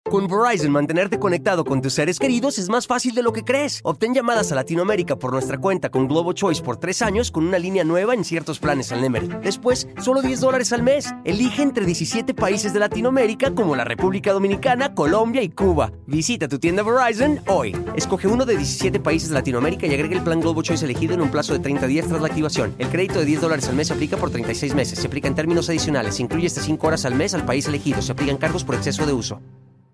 Con Verizon, mantenerte conectado con tus seres queridos es más fácil de lo que crees. Obtén llamadas a Latinoamérica por nuestra cuenta con Globo Choice por 3 años con una línea nueva en ciertos planes al Nemery. Después, solo $10 al mes. Elige entre 17 países de Latinoamérica como la República Dominicana, Colombia y Cuba. Visita tu tienda Verizon hoy. Escoge uno de 17 países de Latinoamérica y agrega el plan Globo Choice elegido en un plazo de 30 días tras la activación. El crédito de $10 al mes se aplica por 36 meses. Se aplica en términos adicionales. Se incluye hasta 5 horas al mes al país elegido. Se aplican cargos por exceso de uso.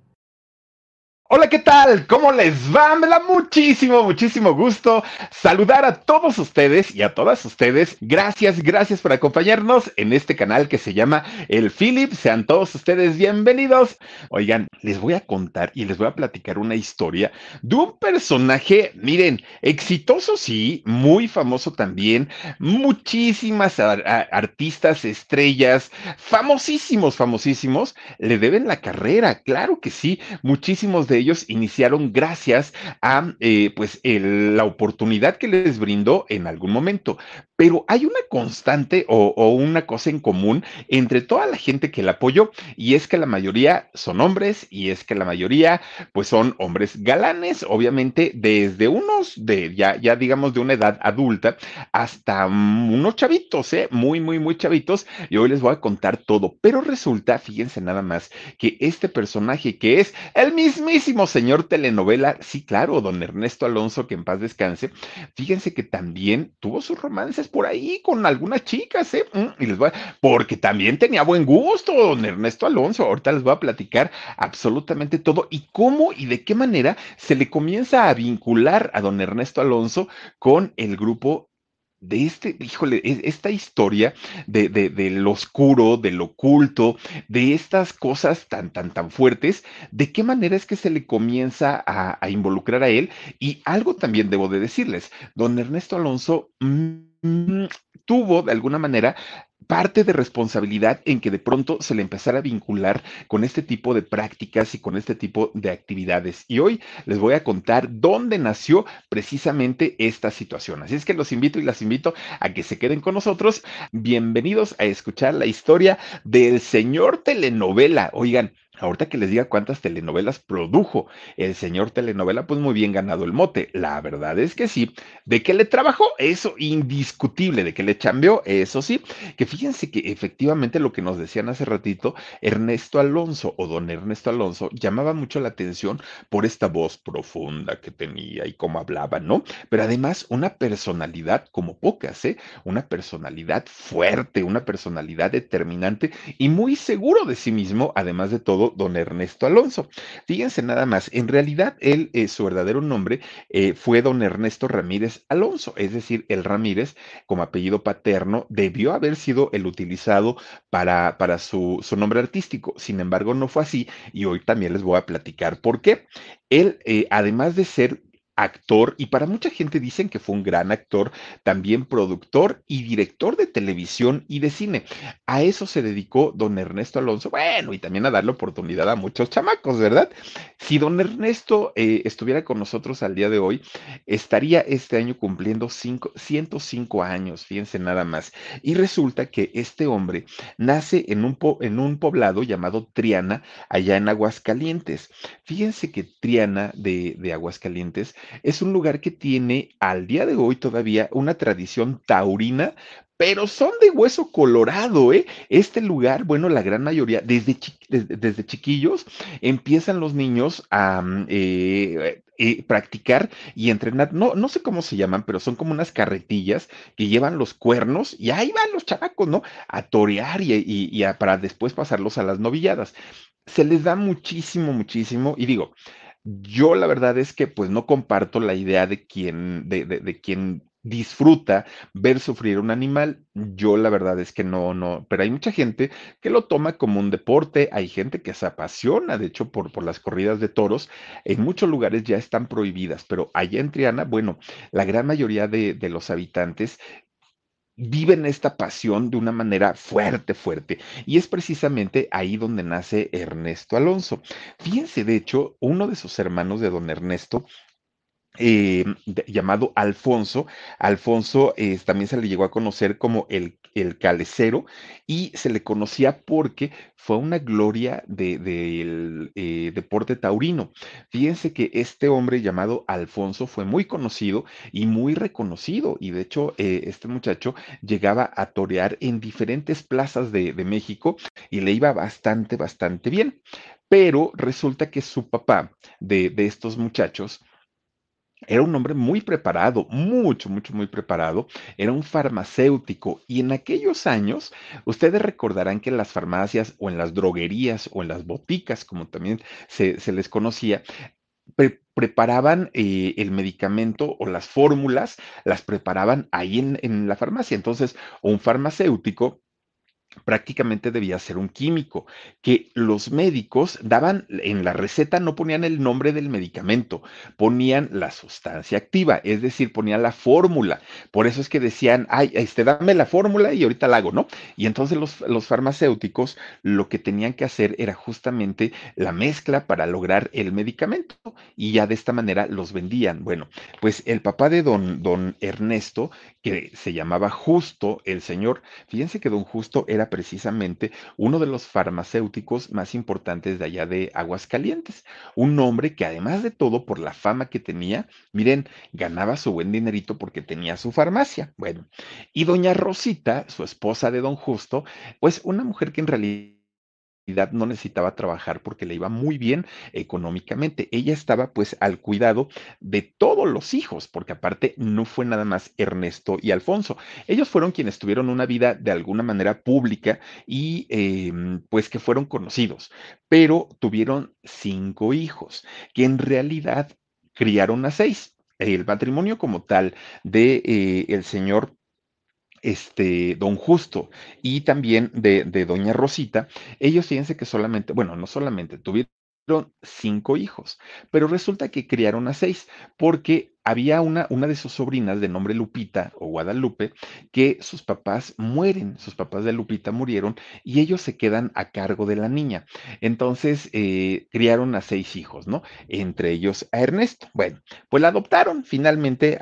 Hola, ¿qué tal? ¿Cómo les va? Me da muchísimo gusto saludar a todos ustedes y a todas ustedes. Gracias por acompañarnos en este canal que se llama El Philip. Sean todos ustedes bienvenidos. Oigan, les voy a contar y les voy a platicar una historia de un personaje, miren, exitoso sí, muy famoso también, muchísimas artistas, estrellas, famosísimos, le deben la carrera, claro que sí, muchísimos de ellos iniciaron gracias a la oportunidad que les brindó en algún momento. Pero hay una constante o una cosa en común entre toda la gente que la apoyó, y es que la mayoría son hombres, y es que la mayoría pues son hombres galanes, obviamente desde unos de ya digamos de una edad adulta hasta unos chavitos, muy chavitos, y hoy les voy a contar todo. Pero resulta, fíjense nada más, que este personaje que es el mismísimo señor telenovela, sí, claro, don Ernesto Alonso, que en paz descanse, fíjense que también tuvo sus romances por ahí con algunas chicas, ¿eh? Y les voy porque también tenía buen gusto, don Ernesto Alonso. Ahorita les voy a platicar absolutamente todo y cómo y de qué manera se le comienza a vincular a don Ernesto Alonso con el grupo de híjole, esta historia de lo oscuro, de lo oculto, de estas cosas tan fuertes, de qué manera es que se le comienza a involucrar a él. Y algo también debo de decirles, don Ernesto Alonso tuvo de alguna manera parte de responsabilidad en que de pronto se le empezara a vincular con este tipo de prácticas y con este tipo de actividades. Y hoy les voy a contar dónde nació precisamente esta situación. Así es que los invito y las invito a que se queden con nosotros. Bienvenidos a escuchar la historia del señor telenovela. Oigan, ahorita que les diga cuántas telenovelas produjo el señor telenovela, pues muy bien ganado el mote. La verdad es que sí. ¿De qué le trabajó? Eso indiscutible. ¿De qué le chambeó? Eso sí. Que fíjense que efectivamente lo que nos decían hace ratito, Ernesto Alonso o don Ernesto Alonso llamaba mucho la atención por esta voz profunda que tenía y cómo hablaba, ¿no? Pero además una personalidad como pocas, ¿eh? Una personalidad fuerte, una personalidad determinante y muy seguro de sí mismo, además de todo, don Ernesto Alonso. Fíjense nada más, en realidad él, su verdadero nombre fue don Ernesto Ramírez Alonso, es decir, el Ramírez como apellido paterno debió haber sido el utilizado para su nombre artístico. Sin embargo, no fue así y hoy también les voy a platicar por qué. Él, además de ser actor, y para mucha gente dicen que fue un gran actor, también productor y director de televisión y de cine. A eso se dedicó don Ernesto Alonso, bueno, y también a darle oportunidad a muchos chamacos, ¿verdad? Si don Ernesto estuviera con nosotros al día de hoy, estaría este año cumpliendo 105 años, fíjense nada más. Y resulta que este hombre nace en un poblado llamado Triana, allá en Aguascalientes. Fíjense que Triana de Aguascalientes es un lugar que tiene al día de hoy todavía una tradición taurina, pero son de hueso colorado, ¿eh? Este lugar, bueno, la gran mayoría, desde chiquillos, empiezan los niños a practicar y entrenar, no sé cómo se llaman, pero son como unas carretillas que llevan los cuernos y ahí van los chamacos, ¿no? A torear para después pasarlos a las novilladas. Se les da muchísimo, y digo, yo la verdad es que pues no comparto la idea de quien disfruta ver sufrir un animal. Yo la verdad es que no, pero hay mucha gente que lo toma como un deporte, hay gente que se apasiona, de hecho, por las corridas de toros. En muchos lugares ya están prohibidas, pero allá en Triana, bueno, la gran mayoría de los habitantes viven esta pasión de una manera fuerte. Y es precisamente ahí donde nace Ernesto Alonso. Fíjense, de hecho, uno de sus hermanos de don Ernesto llamado Alfonso. Alfonso también se le llegó a conocer como el calecero y se le conocía porque fue una gloria del deporte taurino. Fíjense que este hombre llamado Alfonso fue muy conocido y muy reconocido y de hecho este muchacho llegaba a torear en diferentes plazas de México y le iba bastante, bastante bien. Pero resulta que su papá de estos muchachos era un hombre muy preparado, mucho, mucho, muy preparado. Era un farmacéutico y en aquellos años, ustedes recordarán que en las farmacias o en las droguerías o en las boticas, como también se les conocía, preparaban el medicamento o las fórmulas, las preparaban ahí en la farmacia. Entonces, un farmacéutico prácticamente debía ser un químico, que los médicos daban en la receta, no ponían el nombre del medicamento, ponían la sustancia activa, es decir, ponían la fórmula. Por eso es que decían, ay, dame la fórmula y ahorita la hago, ¿no? Y entonces los farmacéuticos lo que tenían que hacer era justamente la mezcla para lograr el medicamento y ya de esta manera los vendían. Bueno, pues el papá de don Ernesto, que se llamaba Justo, el señor. Fíjense que don Justo era precisamente uno de los farmacéuticos más importantes de allá de Aguascalientes. Un hombre que además de todo, por la fama que tenía, miren, ganaba su buen dinerito porque tenía su farmacia. Bueno, y doña Rosita, su esposa de don Justo, pues una mujer que en realidad no necesitaba trabajar porque le iba muy bien económicamente. Ella estaba pues al cuidado de todos los hijos, porque aparte no fue nada más Ernesto y Alfonso. Ellos fueron quienes tuvieron una vida de alguna manera pública y pues que fueron conocidos, pero tuvieron 5 hijos que en realidad criaron a 6. El matrimonio como tal de el señor don Justo y también de doña Rosita, ellos fíjense que solamente, bueno, no solamente tuvieron 5 hijos, pero resulta que criaron a 6, porque había una de sus sobrinas de nombre Lupita o Guadalupe, que sus papás mueren, sus papás de Lupita murieron y ellos se quedan a cargo de la niña. Entonces, criaron a 6 hijos, ¿no? Entre ellos a Ernesto. Bueno, pues la adoptaron finalmente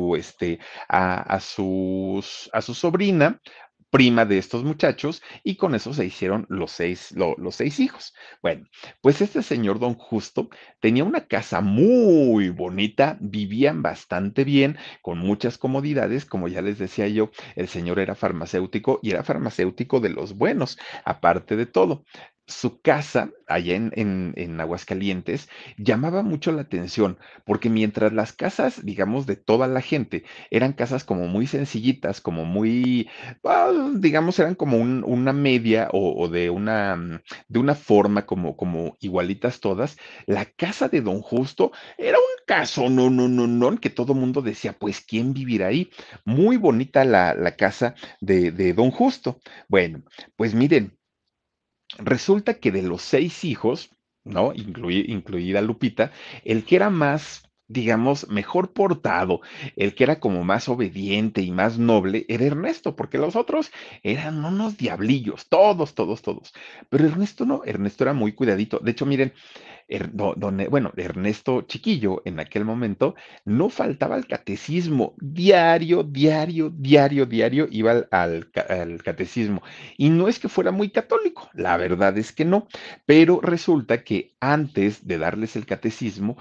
a su sobrina, prima de estos muchachos, y con eso se hicieron los 6 hijos. Bueno, pues este señor don Justo tenía una casa muy bonita, vivían bastante bien, con muchas comodidades, como ya les decía yo, el señor era farmacéutico y era farmacéutico de los buenos, aparte de todo. Su casa, allá en Aguascalientes, llamaba mucho la atención, porque mientras las casas, digamos, de toda la gente, eran casas como muy sencillitas, como muy, digamos, eran como una media o de una forma como igualitas todas. La casa de don Justo era un caso, no, no, no, no, que todo mundo decía, pues, ¿quién vivirá ahí? Muy bonita la casa de don Justo. Bueno, pues miren, resulta que de los 6 hijos, ¿no? Incluida Lupita, el que era más, digamos, mejor portado, el que era como más obediente y más noble, era Ernesto, porque los otros eran unos diablillos, todos, todos, todos. Pero Ernesto no, Ernesto era muy cuidadito. De hecho, miren, bueno, Ernesto Chiquillo en aquel momento no faltaba al catecismo, diario, diario, diario, diario iba al catecismo. Y no es que fuera muy católico, la verdad es que no, pero resulta que antes de darles el catecismo,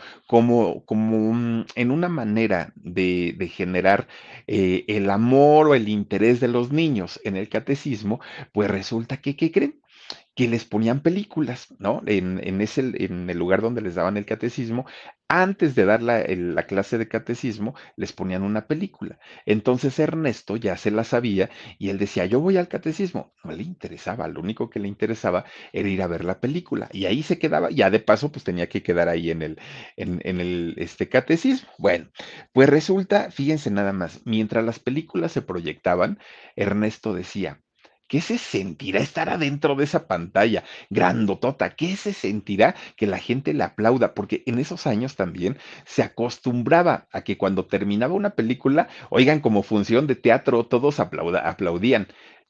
como en una manera de generar el amor o el interés de los niños en el catecismo, pues resulta que, ¿qué creen? Que les ponían películas, ¿no? En el lugar donde les daban el catecismo, antes de dar la clase de catecismo, les ponían una película. Entonces Ernesto ya se la sabía y él decía, yo voy al catecismo. No le interesaba, lo único que le interesaba era ir a ver la película. Y ahí se quedaba, ya de paso, pues tenía que quedar ahí en el catecismo. Bueno, pues resulta, fíjense nada más, mientras las películas se proyectaban, Ernesto decía, ¿qué se sentirá estar adentro de esa pantalla grandotota? ¿Qué se sentirá que la gente le aplauda? Porque en esos años también se acostumbraba a que cuando terminaba una película, oigan, como función de teatro, todos aplaudían.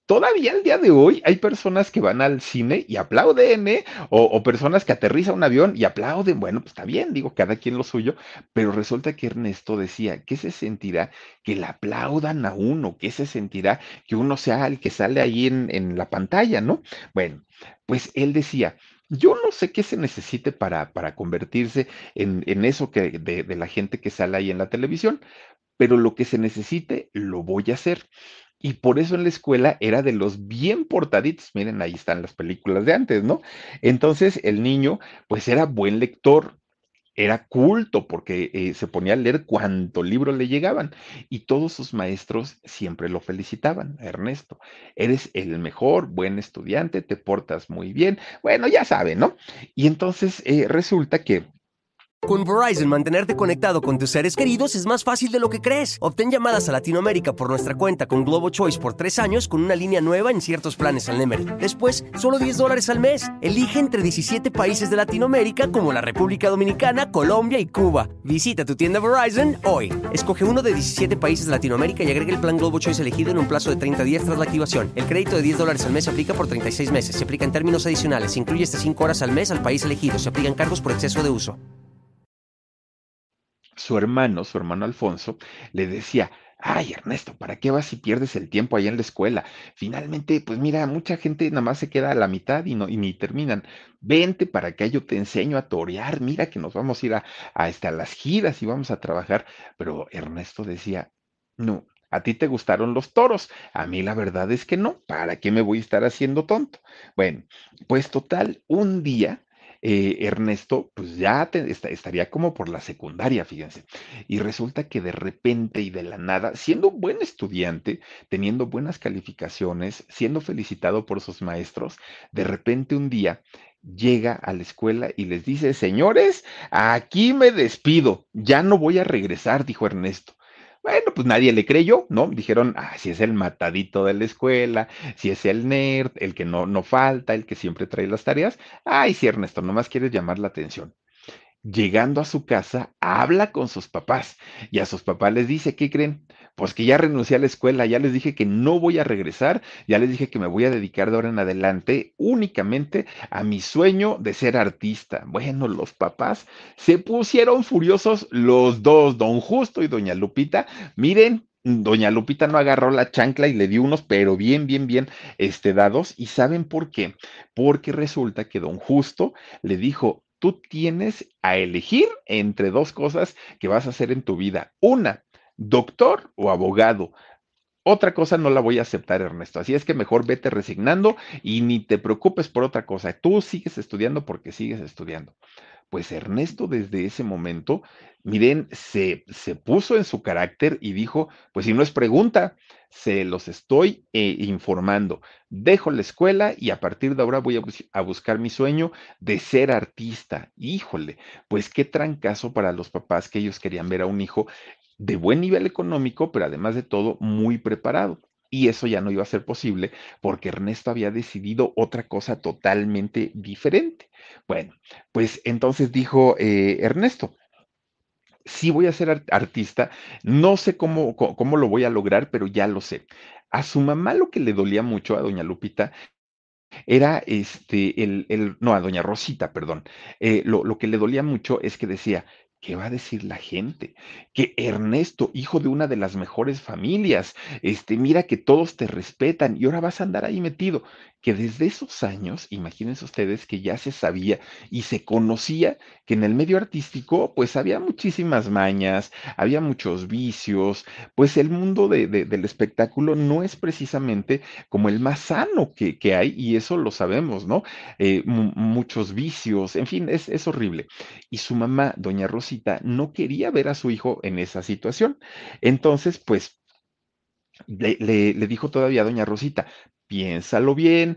Todavía al día de hoy hay personas que van al cine y aplauden, ¿eh? O personas que aterrizan un avión y aplauden. Bueno, pues está bien, digo, cada quien lo suyo, pero resulta que Ernesto decía, ¿qué se sentirá que le aplaudan a uno? ¿Qué se sentirá que uno sea el que sale ahí en la pantalla, ¿no? Bueno, pues él decía, yo no sé qué se necesite para convertirse en eso de la gente que sale ahí en la televisión, pero lo que se necesite, lo voy a hacer. Y por eso en la escuela era de los bien portaditos. Miren, ahí están las películas de antes, ¿no? Entonces el niño, pues era buen lector, era culto porque se ponía a leer cuanto libro le llegaban y todos sus maestros siempre lo felicitaban. Ernesto, eres el mejor, buen estudiante, te portas muy bien. Bueno, ya saben, ¿no? Y entonces resulta que Con Verizon, mantenerte conectado con tus seres queridos es más fácil de lo que crees. Obtén llamadas a Latinoamérica por nuestra cuenta con Globo Choice por 3 años con una línea nueva en ciertos planes al Nemery. Después, solo $10 al mes. Elige entre 17 países de Latinoamérica como la República Dominicana, Colombia y Cuba. Visita tu tienda Verizon hoy. Escoge uno de 17 países de Latinoamérica y agrega el plan Globo Choice elegido en un plazo de 30 días tras la activación. El crédito de $10 al mes se aplica por 36 meses. Se aplica en términos adicionales. Se incluye hasta 5 horas al mes al país elegido. Se aplican cargos por exceso de uso. su hermano Alfonso, le decía, ay Ernesto, ¿para qué vas si pierdes el tiempo allá en la escuela? Finalmente, pues mira, mucha gente nada más se queda a la mitad y, no, y ni terminan. Vente para acá, yo te enseño a torear, mira que nos vamos a ir a las giras y vamos a trabajar. Pero Ernesto decía, no. A ti te gustaron los toros, a mí la verdad es que no, ¿para qué me voy a estar haciendo tonto? Bueno, pues total, un día Ernesto, pues ya estaría como por la secundaria, fíjense. Y resulta que de repente y de la nada, siendo un buen estudiante, teniendo buenas calificaciones, siendo felicitado por sus maestros, de repente un día llega a la escuela y les dice, señores, aquí me despido, ya no voy a regresar, dijo Ernesto. Bueno, pues nadie le creyó, ¿no? Dijeron, ah, si es el matadito de la escuela, si es el nerd, el que no falta, el que siempre trae las tareas. Ay, sí, Ernesto, nomás quieres llamar la atención. Llegando a su casa, habla con sus papás y a sus papás les dice, ¿qué creen? Pues que ya renuncié a la escuela, ya les dije que no voy a regresar, ya les dije que me voy a dedicar de ahora en adelante únicamente a mi sueño de ser artista. Bueno, los papás se pusieron furiosos los dos, don Justo y doña Lupita. Miren, doña Lupita no agarró la chancla y le dio unos, pero bien, dados. ¿Y saben por qué? Porque resulta que don Justo le dijo, tú tienes a elegir entre dos cosas que vas a hacer en tu vida. Una, doctor o abogado. Otra cosa no la voy a aceptar, Ernesto. Así es que mejor vete resignando y ni te preocupes por otra cosa. Tú sigues estudiando porque sigues estudiando. Pues Ernesto desde ese momento, miren, se puso en su carácter y dijo, pues si no es pregunta, se los estoy informando. Dejo la escuela y a partir de ahora voy a buscar mi sueño de ser artista. Híjole, pues qué trancazo para los papás que ellos querían ver a un hijo de buen nivel económico, pero además de todo muy preparado. Y eso ya no iba a ser posible porque Ernesto había decidido otra cosa totalmente diferente. Bueno, pues entonces dijo Ernesto, sí voy a ser artista, no sé cómo lo voy a lograr, pero ya lo sé. A su mamá lo que le dolía mucho a doña Lupita era no, a doña Rosita, perdón. Lo que le dolía mucho es que decía, ¿qué va a decir la gente? Que Ernesto, hijo de una de las mejores familias, mira que todos te respetan y ahora vas a andar ahí metido. Que desde esos años, imagínense ustedes que ya se sabía y se conocía que en el medio artístico, pues había muchísimas mañas, había muchos vicios, pues el mundo del espectáculo no es precisamente como el más sano que hay, y eso lo sabemos, ¿no? Muchos vicios, en fin, es horrible. Y su mamá, doña Rosita, no quería ver a su hijo en esa situación. Entonces, pues le dijo todavía a doña Rosita, piénsalo bien,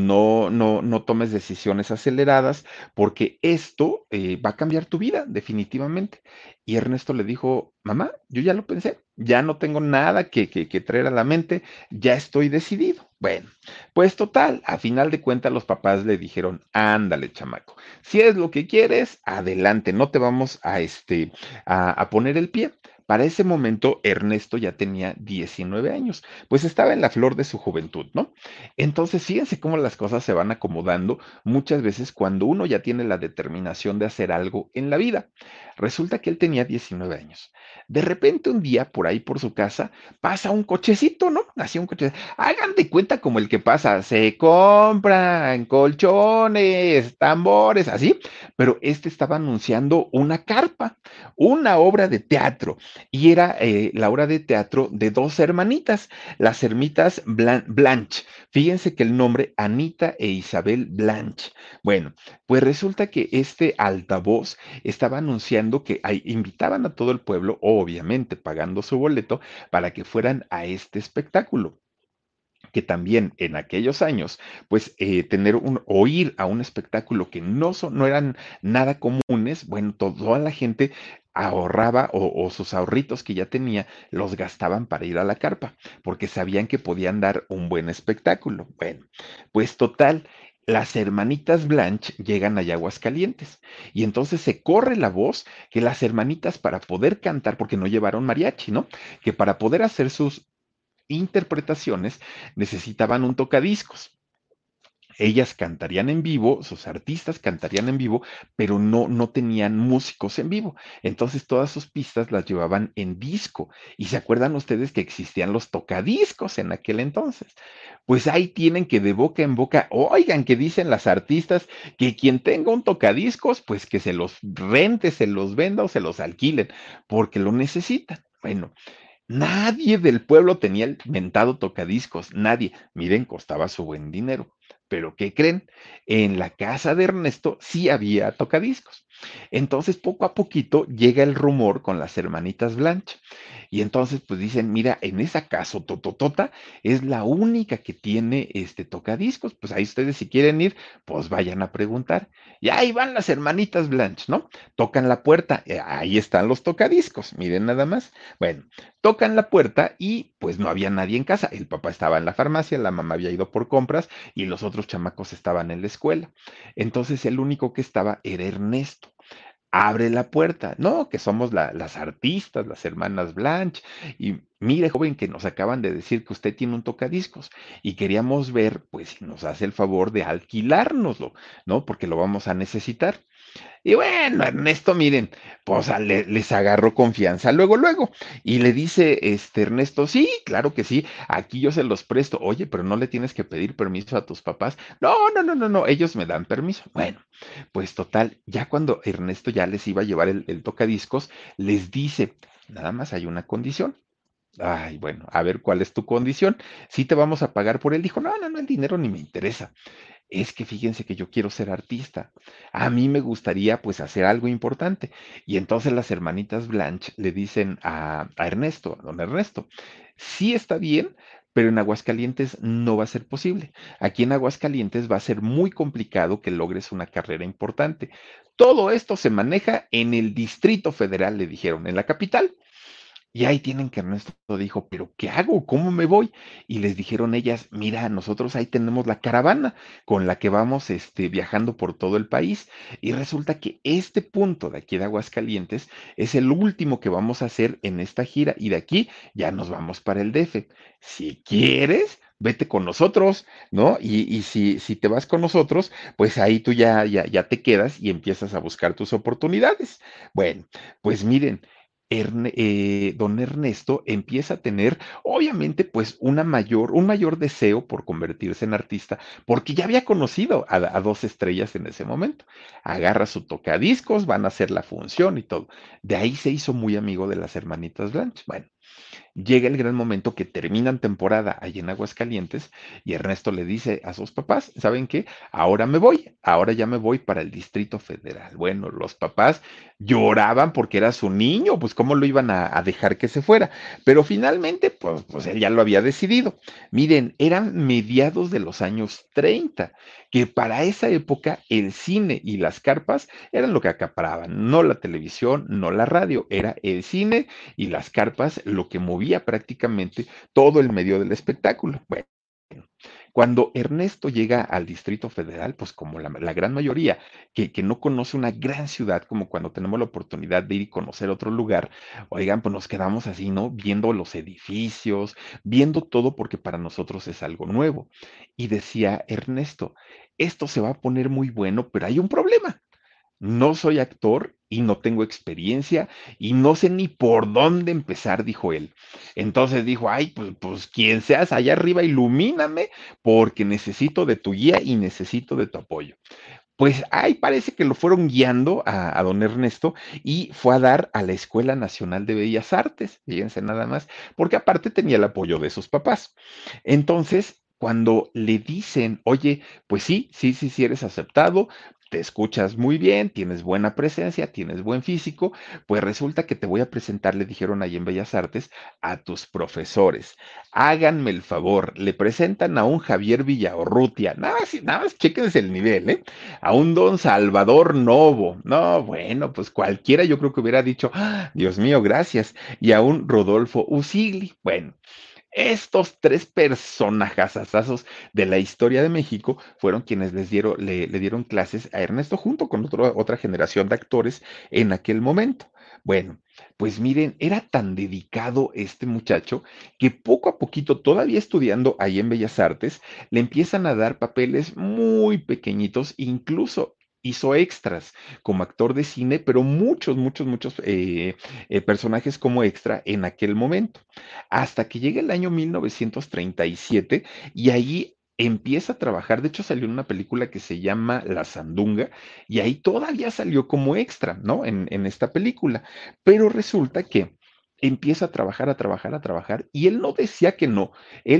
no tomes decisiones aceleradas, porque esto va a cambiar tu vida, definitivamente. Y Ernesto le dijo, mamá, yo ya lo pensé, ya no tengo nada que traer a la mente, ya estoy decidido. Bueno, pues total, a final de cuentas los papás le dijeron, ándale, chamaco, si es lo que quieres, adelante, no te vamos a poner el pie. Para ese momento, Ernesto ya tenía 19 años, pues estaba en la flor de su juventud, ¿no? Entonces, fíjense cómo las cosas se van acomodando muchas veces cuando uno ya tiene la determinación de hacer algo en la vida. Resulta que él tenía 19 años. De repente, un día, por ahí por su casa, pasa un cochecito, ¿no? Así un coche. Hagan de cuenta como el que pasa, se compran colchones, tambores, así, pero este estaba anunciando una carpa, una obra de teatro, y era la obra de teatro de dos hermanitas, las hermitas Blanche. Fíjense que el nombre, Anita e Isabel Blanche. Bueno, pues resulta que este altavoz estaba anunciando que invitaban a todo el pueblo, obviamente pagando su boleto, para que fueran a este espectáculo que también en aquellos años, pues o ir a un espectáculo que no eran nada comunes, bueno, toda la gente ahorraba o sus ahorritos que ya tenía los gastaban para ir a la carpa, porque sabían que podían dar un buen espectáculo. Bueno, pues total, las hermanitas Blanche llegan a Aguascalientes y entonces se corre la voz que las hermanitas para poder cantar, porque no llevaron mariachi, ¿no? Que para poder hacer sus interpretaciones necesitaban un tocadiscos. Ellas cantarían en vivo, sus artistas cantarían en vivo, pero no tenían músicos en vivo. Entonces todas sus pistas las llevaban en disco. Y se acuerdan ustedes que existían los tocadiscos en aquel entonces. Pues ahí tienen que de boca en boca, oigan que dicen las artistas que quien tenga un tocadiscos, pues que se los rente, se los venda o se los alquilen, porque lo necesitan. Bueno, nadie del pueblo tenía el mentado tocadiscos, nadie. Miren, costaba su buen dinero. Pero ¿qué creen? En la casa de Ernesto sí había tocadiscos. Entonces, poco a poquito llega el rumor con las hermanitas Blanche. Y entonces, pues dicen, mira, en esa casa Tototota es la única que tiene este tocadiscos. Pues ahí ustedes si quieren ir, pues vayan a preguntar. Y ahí van las hermanitas Blanche, ¿no? Tocan la puerta, ahí están los tocadiscos, miren nada más. Bueno, tocan la puerta y pues no había nadie en casa. El papá estaba en la farmacia, la mamá había ido por compras y los otros chamacos estaban en la escuela. Entonces el único que estaba era Ernesto. Abre la puerta, no, que somos las artistas, las hermanas Blanche, y mire, joven, que nos acaban de decir que usted tiene un tocadiscos y queríamos ver, pues, si nos hace el favor de alquilárnoslo, ¿no? Porque lo vamos a necesitar. Y bueno, Ernesto, miren, pues les agarró confianza luego, y le dice Ernesto, sí, claro que sí, aquí yo se los presto. Oye, pero no le tienes que pedir permiso a tus papás. No, ellos me dan permiso. Bueno, pues total, ya cuando Ernesto ya les iba a llevar el tocadiscos, les dice, nada más hay una condición. Ay, bueno, a ver, ¿cuál es tu condición? Sí te vamos a pagar por él. Dijo, no, el dinero ni me interesa. Es que fíjense que yo quiero ser artista. A mí me gustaría pues hacer algo importante. Y entonces las hermanitas Blanche le dicen a Ernesto, a don Ernesto, sí está bien, pero en Aguascalientes no va a ser posible. Aquí en Aguascalientes va a ser muy complicado que logres una carrera importante. Todo esto se maneja en el Distrito Federal, le dijeron, en la capital. Y ahí tienen que Ernesto dijo, pero ¿qué hago? ¿Cómo me voy? Y les dijeron ellas, mira, nosotros ahí tenemos la caravana con la que vamos viajando por todo el país. Y resulta que este punto de aquí de Aguascalientes es el último que vamos a hacer en esta gira y de aquí ya nos vamos para el DF. Si quieres, vete con nosotros, ¿no? Y si te vas con nosotros, pues ahí tú ya te quedas y empiezas a buscar tus oportunidades. Bueno, pues miren, don Ernesto empieza a tener, obviamente, pues un mayor deseo por convertirse en artista, porque ya había conocido a dos estrellas en ese momento. Agarra su tocadiscos, van a hacer la función y todo. De ahí se hizo muy amigo de las hermanitas Blanche. Bueno, llega el gran momento que terminan temporada allí en Aguascalientes y Ernesto le dice a sus papás, ¿saben qué? Ahora ya me voy para el Distrito Federal. Bueno, los papás lloraban porque era su niño, pues cómo lo iban a dejar que se fuera. Pero finalmente, pues él ya lo había decidido. Miren, eran mediados de los años 30, que para esa época el cine y las carpas eran lo que acaparaban, no la televisión, no la radio, era el cine y las carpas lo que movía prácticamente todo el medio del espectáculo. Bueno, Cuando Ernesto llega al Distrito Federal, pues como la gran mayoría que no conoce una gran ciudad, como cuando tenemos la oportunidad de ir y conocer otro lugar, oigan, pues nos quedamos así, ¿no? Viendo los edificios, viendo todo porque para nosotros es algo nuevo. Y decía Ernesto, esto se va a poner muy bueno, pero hay un problema. No soy actor y no tengo experiencia y no sé ni por dónde empezar, dijo él. Entonces dijo, ay, pues quien seas allá arriba, ilumíname porque necesito de tu guía y necesito de tu apoyo. Pues ahí parece que lo fueron guiando a don Ernesto y fue a dar a la Escuela Nacional de Bellas Artes, fíjense nada más, porque aparte tenía el apoyo de sus papás. Entonces, cuando le dicen, oye, pues sí, sí, sí, sí eres aceptado, te escuchas muy bien, tienes buena presencia, tienes buen físico, pues resulta que te voy a presentar, le dijeron ahí en Bellas Artes, a tus profesores. Háganme el favor, le presentan a un Javier Villaurrutia, nada más, chéquense el nivel, ¿eh? A un don Salvador Novo. No, bueno, pues cualquiera yo creo que hubiera dicho, "Ah, Dios mío, gracias". Y a un Rodolfo Usigli. Bueno, estos tres personajazazos de la historia de México fueron quienes le dieron clases a Ernesto junto con otra generación de actores en aquel momento. Bueno, pues miren, era tan dedicado este muchacho que poco a poquito, todavía estudiando ahí en Bellas Artes, le empiezan a dar papeles muy pequeñitos, incluso hizo extras como actor de cine, pero muchos personajes como extra en aquel momento hasta que llega el año 1937 y ahí empieza a trabajar. De hecho, salió en una película que se llama La Sandunga y ahí todavía salió como extra, ¿no? En esta película. Pero resulta que empieza a trabajar, a trabajar, a trabajar y él no decía que no.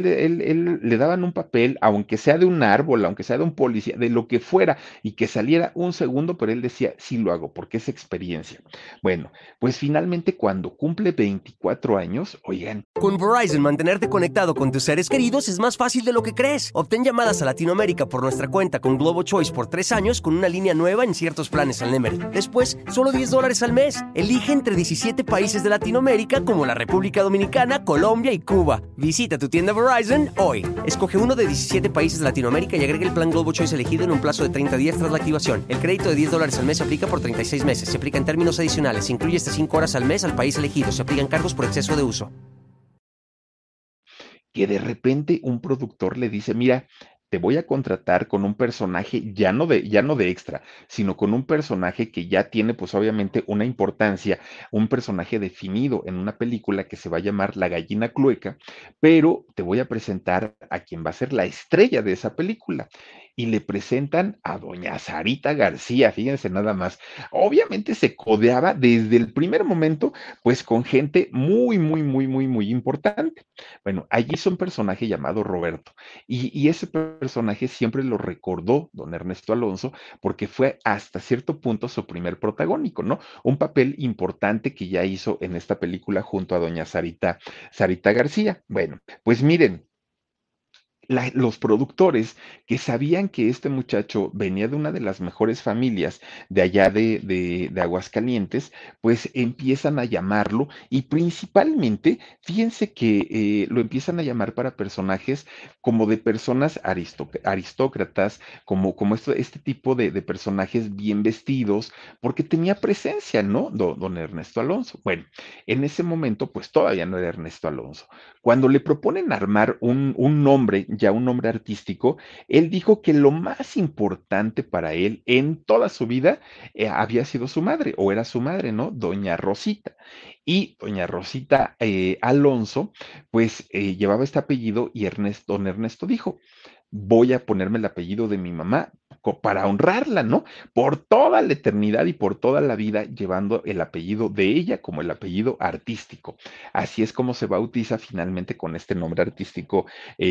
Él le daban un papel, aunque sea de un árbol, aunque sea de un policía, de lo que fuera y que saliera un segundo, pero él decía, sí lo hago porque es experiencia. Bueno, pues finalmente cuando cumple 24 años, oigan, Con Verizon, mantenerte conectado con tus seres queridos es más fácil de lo que crees. Obtén llamadas a Latinoamérica por nuestra cuenta con Globo Choice por 3 años con una línea nueva en ciertos planes al Nemery. Después, solo $10 al mes. Elige entre 17 países de Latinoamérica como la República Dominicana, Colombia y Cuba. Visita tu tienda Verizon hoy. Escoge uno de 17 países de Latinoamérica y agrega el plan Globo Choice elegido en un plazo de 30 días tras la activación. El crédito de $10 al mes se aplica por 36 meses. Se aplica en términos adicionales. Se incluye hasta 5 horas al mes al país elegido. Se aplican cargos por exceso de uso. que de repente un productor le dice, mira, te voy a contratar con un personaje ya no de extra, sino con un personaje que ya tiene pues obviamente una importancia, un personaje definido en una película que se va a llamar La Gallina Clueca, pero te voy a presentar a quien va a ser la estrella de esa película. Y le presentan a doña Sarita García, fíjense nada más. Obviamente se codeaba desde el primer momento, pues con gente muy importante. Bueno, allí es un personaje llamado Roberto. Y ese personaje siempre lo recordó don Ernesto Alonso porque fue hasta cierto punto su primer protagónico, ¿no? Un papel importante que ya hizo en esta película junto a doña Sarita García. Bueno, pues miren, los productores que sabían que este muchacho venía de una de las mejores familias de allá de Aguascalientes, pues empiezan a llamarlo y principalmente, fíjense que lo empiezan a llamar para personajes como de personas aristócratas, como este tipo de personajes bien vestidos, porque tenía presencia, ¿no? Don Ernesto Alonso. Bueno, en ese momento, pues todavía no era Ernesto Alonso. Cuando le proponen armar un nombre, ya un nombre artístico, él dijo que lo más importante para él en toda su vida había sido su madre, o era su madre, ¿no? Doña Rosita. Y doña Rosita Alonso, pues llevaba este apellido y don Ernesto dijo, voy a ponerme el apellido de mi mamá para honrarla, ¿no? Por toda la eternidad y por toda la vida llevando el apellido de ella como el apellido artístico. Así es como se bautiza finalmente con este nombre artístico,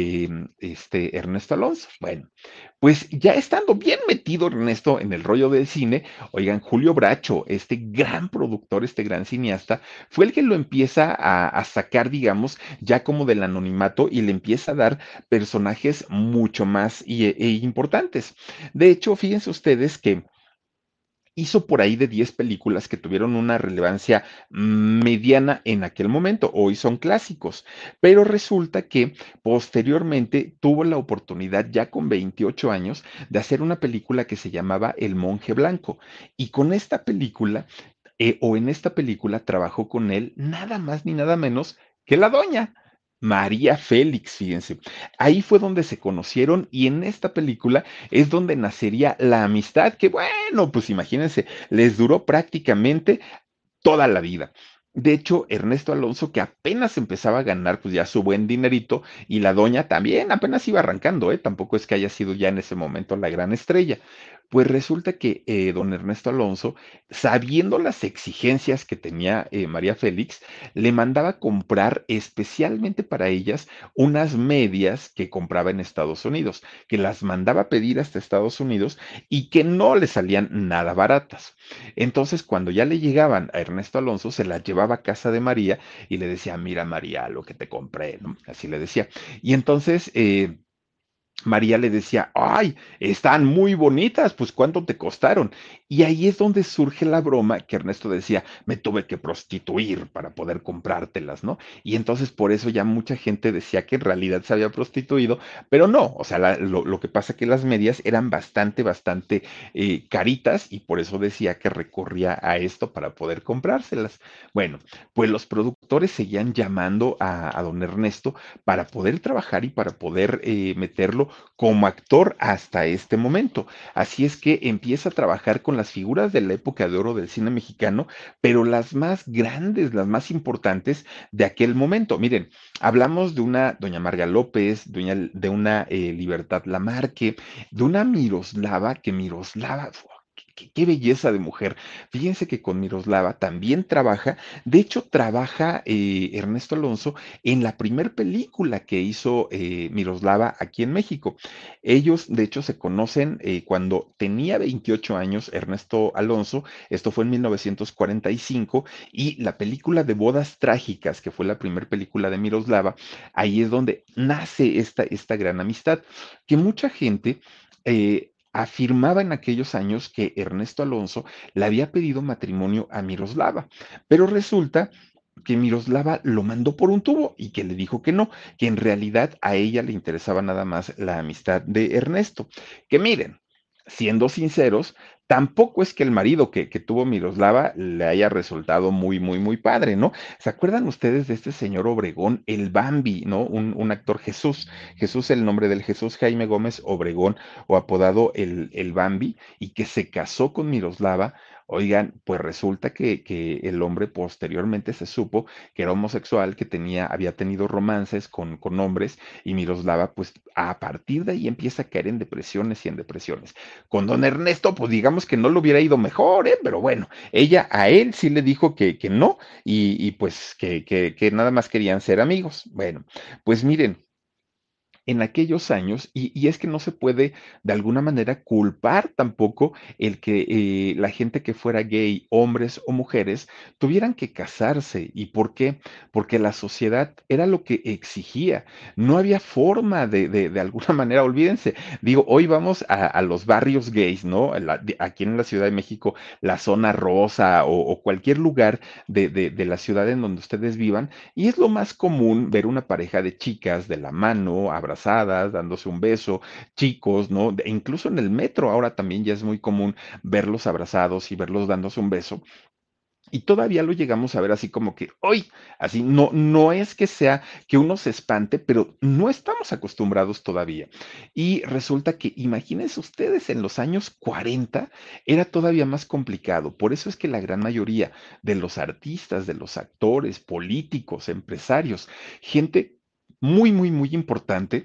Ernesto Alonso. Bueno, pues ya estando bien metido Ernesto en el rollo del cine, oigan, Julio Bracho, este gran productor, este gran cineasta, fue el que lo empieza a sacar, digamos, ya como del anonimato y le empieza a dar personajes mucho más importantes. De hecho, fíjense ustedes que hizo por ahí de 10 películas que tuvieron una relevancia mediana en aquel momento. Hoy son clásicos, pero resulta que posteriormente tuvo la oportunidad ya con 28 años de hacer una película que se llamaba El Monje Blanco. Y con esta película, o en esta película, trabajó con él nada más ni nada menos que la doña. María Félix, fíjense. Ahí fue donde se conocieron y en esta película es donde nacería la amistad, que bueno, pues imagínense, les duró prácticamente toda la vida. De hecho, Ernesto Alonso, que apenas empezaba a ganar pues ya su buen dinerito, y la doña también apenas iba arrancando, ¿eh? Tampoco es que haya sido ya en ese momento la gran estrella. Pues resulta que don Ernesto Alonso, sabiendo las exigencias que tenía María Félix, le mandaba comprar especialmente para ellas unas medias que compraba en Estados Unidos, que las mandaba a pedir hasta Estados Unidos y que no le salían nada baratas. Entonces, cuando ya le llegaban a Ernesto Alonso, se las llevaba a casa de María y le decía, mira María, lo que te compré, ¿no? Así le decía. Y entonces, María le decía, ay, están muy bonitas, pues ¿cuánto te costaron? Y ahí es donde surge la broma que Ernesto decía, me tuve que prostituir para poder comprártelas, ¿no? Y entonces por eso ya mucha gente decía que en realidad se había prostituido, pero no, o sea, lo que pasa que las medias eran bastante caritas y por eso decía que recurría a esto para poder comprárselas. Bueno, pues los productores seguían llamando a don Ernesto para poder trabajar y para poder meterlo como actor hasta este momento. Así es que empieza a trabajar con las figuras de la época de oro del cine mexicano, pero las más grandes, las más importantes de aquel momento. Miren, hablamos de una doña Marga López, de una Libertad Lamarque, de una Miroslava, que Miroslava, qué belleza de mujer. Fíjense que con Miroslava también trabaja, de hecho trabaja Ernesto Alonso en la primer película que hizo Miroslava aquí en México. Ellos, de hecho, se conocen cuando tenía 28 años Ernesto Alonso, esto fue en 1945, y la película de Bodas Trágicas, que fue la primera película de Miroslava, ahí es donde nace esta gran amistad, que mucha gente afirmaba en aquellos años que Ernesto Alonso le había pedido matrimonio a Miroslava, pero resulta que Miroslava lo mandó por un tubo y que le dijo que no, que en realidad a ella le interesaba nada más la amistad de Ernesto. Que miren, siendo sinceros, tampoco es que el marido que tuvo Miroslava le haya resultado muy padre, ¿no? ¿Se acuerdan ustedes de este señor Obregón, el Bambi, ¿no? Un actor Jesús, Jesús el nombre del Jesús Jaime Gómez Obregón, o apodado el Bambi, y que se casó con Miroslava. Oigan, pues resulta que el hombre posteriormente se supo que era homosexual, que había tenido romances con hombres, y Miroslava, pues a partir de ahí empieza a caer en depresiones y en depresiones. Con don Ernesto, pues digamos que no le hubiera ido mejor, ¿eh? Pero bueno, ella a él sí le dijo que no, y pues que nada más querían ser amigos. Bueno, pues miren, en aquellos años, y es que no se puede de alguna manera culpar tampoco el que la gente que fuera gay, hombres o mujeres, tuvieran que casarse. ¿Y por qué? Porque la sociedad era lo que exigía. No había forma de alguna manera, olvídense. Digo, hoy vamos a los barrios gays, ¿no? Aquí en la Ciudad de México, la zona rosa o cualquier lugar de la ciudad en donde ustedes vivan, y es lo más común ver una pareja de chicas de la mano, abrazadas, dándose un beso, chicos, ¿no? Incluso en el metro ahora también ya es muy común verlos abrazados y verlos dándose un beso. Y todavía lo llegamos a ver así como que, hoy, así, no es que sea que uno se espante, pero no estamos acostumbrados todavía. Y resulta que, imagínense ustedes, en los años 40 era todavía más complicado. Por eso es que la gran mayoría de los artistas, de los actores, políticos, empresarios, gente muy importante,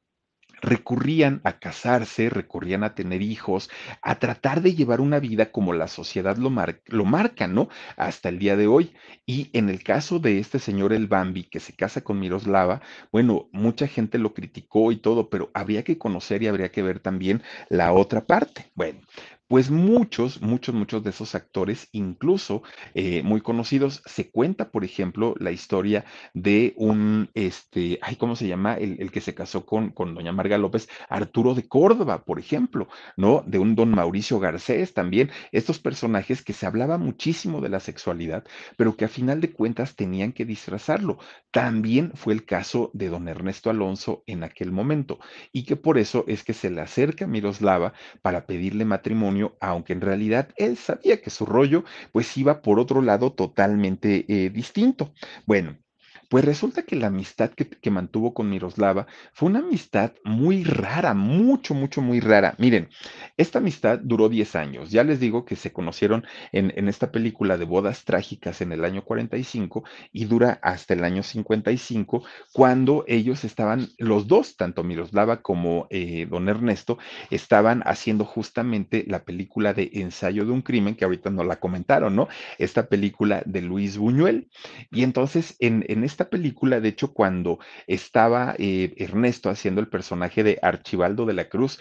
recurrían a casarse, recurrían a tener hijos, a tratar de llevar una vida como la sociedad lo marca, ¿no? Hasta el día de hoy. Y en el caso de este señor el Bambi, que se casa con Miroslava, bueno, mucha gente lo criticó y todo, pero habría que conocer y habría que ver también la otra parte. Bueno, Pues muchos de esos actores, incluso muy conocidos, se cuenta, por ejemplo, la historia de un, ay, ¿cómo se llama? El que se casó con doña Marga López, Arturo de Córdoba, por ejemplo, ¿no? De un don Mauricio Garcés también, estos personajes que se hablaba muchísimo de la sexualidad, pero que a final de cuentas tenían que disfrazarlo. También fue el caso de don Ernesto Alonso en aquel momento, y que por eso es que se le acerca a Miroslava para pedirle matrimonio, aunque en realidad él sabía que su rollo pues iba por otro lado totalmente distinto. Bueno, pues resulta que la amistad que mantuvo con Miroslava fue una amistad muy rara, muy rara. Miren, esta amistad duró 10 años. Ya les digo que se conocieron en esta película de bodas trágicas en el año 45 y dura hasta el año 55, cuando ellos estaban, los dos, tanto Miroslava como don Ernesto, estaban haciendo justamente la película de Ensayo de un crimen, que ahorita nos la comentaron, ¿no? Esta película de Luis Buñuel. Y entonces en esta película, de hecho, cuando estaba Ernesto haciendo el personaje de Archibaldo de la Cruz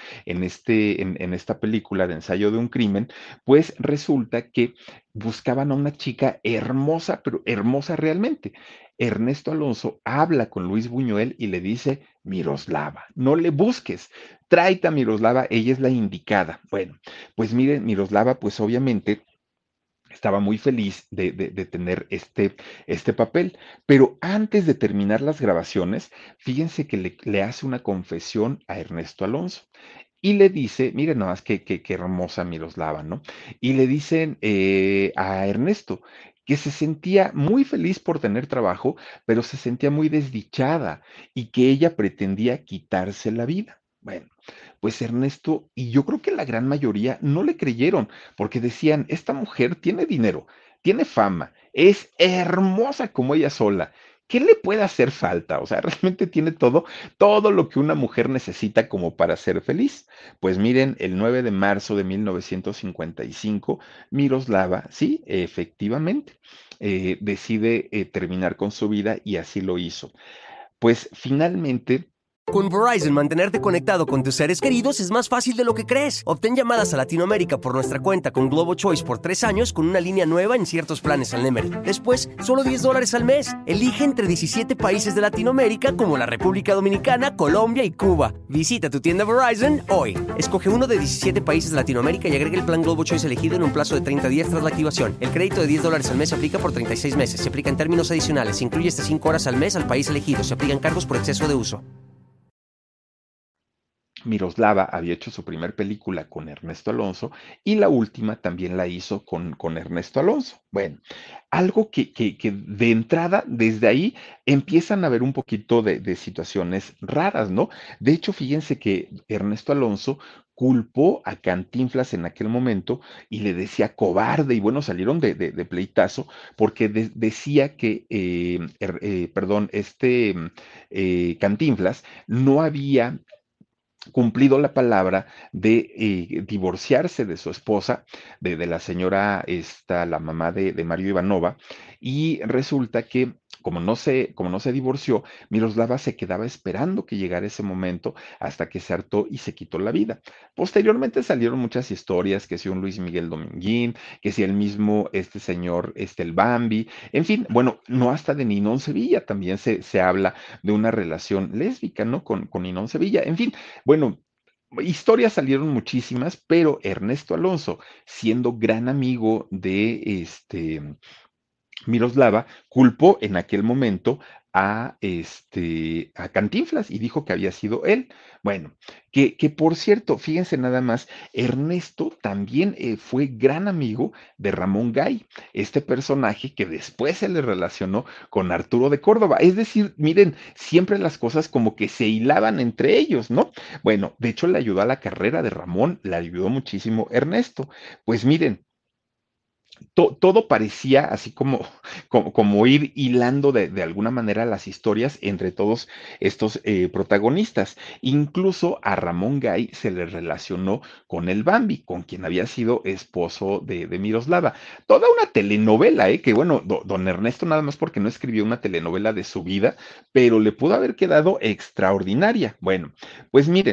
en esta película de Ensayo de un crimen, pues resulta que buscaban a una chica hermosa, pero hermosa realmente. Ernesto Alonso habla con Luis Buñuel y le dice, Miroslava, no le busques, tráete a Miroslava, ella es la indicada. Bueno, pues miren, Miroslava, pues obviamente estaba muy feliz de tener este papel, pero antes de terminar las grabaciones, fíjense que le hace una confesión a Ernesto Alonso y le dice, miren nomás qué hermosa Miroslava, ¿no? Y le dicen a Ernesto que se sentía muy feliz por tener trabajo, pero se sentía muy desdichada y que ella pretendía quitarse la vida. Bueno, pues Ernesto, y yo creo que la gran mayoría no le creyeron, porque decían, esta mujer tiene dinero, tiene fama, es hermosa como ella sola. ¿Qué le puede hacer falta? O sea, realmente tiene todo lo que una mujer necesita como para ser feliz. Pues miren, el 9 de marzo de 1955, Miroslava, sí, efectivamente, decide terminar con su vida y así lo hizo. Pues finalmente Con Verizon, mantenerte conectado con tus seres queridos es más fácil de lo que crees. Obtén llamadas a Latinoamérica por nuestra cuenta con Globo Choice por 3 años con una línea nueva en ciertos planes al Nemery. Después, solo $10 al mes. Elige entre 17 países de Latinoamérica como la República Dominicana, Colombia y Cuba. Visita tu tienda Verizon hoy. Escoge uno de 17 países de Latinoamérica y agrega el plan Globo Choice elegido en un plazo de 30 días tras la activación. El crédito de $10 al mes se aplica por 36 meses. Se aplica en términos adicionales. Se incluye hasta 5 horas al mes al país elegido. Se aplican cargos por exceso de uso. Miroslava había hecho su primer película con Ernesto Alonso y la última también la hizo con Ernesto Alonso. Bueno, algo que de entrada, desde ahí, empiezan a ver un poquito de situaciones raras, ¿no? De hecho, fíjense que Ernesto Alonso culpó a Cantinflas en aquel momento y le decía cobarde y bueno, salieron de pleitazo porque decía que, perdón, Cantinflas no había cumplido la palabra de divorciarse de su esposa, de la señora, esta, la mamá de Mario Ivanova, y resulta que como no se divorció, Miroslava se quedaba esperando que llegara ese momento hasta que se hartó y se quitó la vida. Posteriormente salieron muchas historias, que si un Luis Miguel Dominguín, que si el mismo este señor, el Bambi, en fin, bueno, no hasta de Ninón Sevilla, también se habla de una relación lésbica, ¿no? Con Ninón Sevilla, en fin, bueno, historias salieron muchísimas, pero Ernesto Alonso, siendo gran amigo de Miroslava, culpó en aquel momento a Cantinflas y dijo que había sido él. Bueno, que por cierto, fíjense nada más, Ernesto también fue gran amigo de Ramón Gay, este personaje que después se le relacionó con Arturo de Córdoba. Es decir, miren, siempre las cosas como que se hilaban entre ellos, ¿no? Bueno, de hecho le ayudó a la carrera de Ramón, le ayudó muchísimo Ernesto. Pues miren, todo parecía así como ir hilando de alguna manera las historias entre todos estos protagonistas. Incluso a Ramón Gay se le relacionó con el Bambi, con quien había sido esposo de Miroslava. Toda una telenovela, que bueno, don Ernesto nada más porque no escribió una telenovela de su vida, pero le pudo haber quedado extraordinaria. Bueno, pues miren.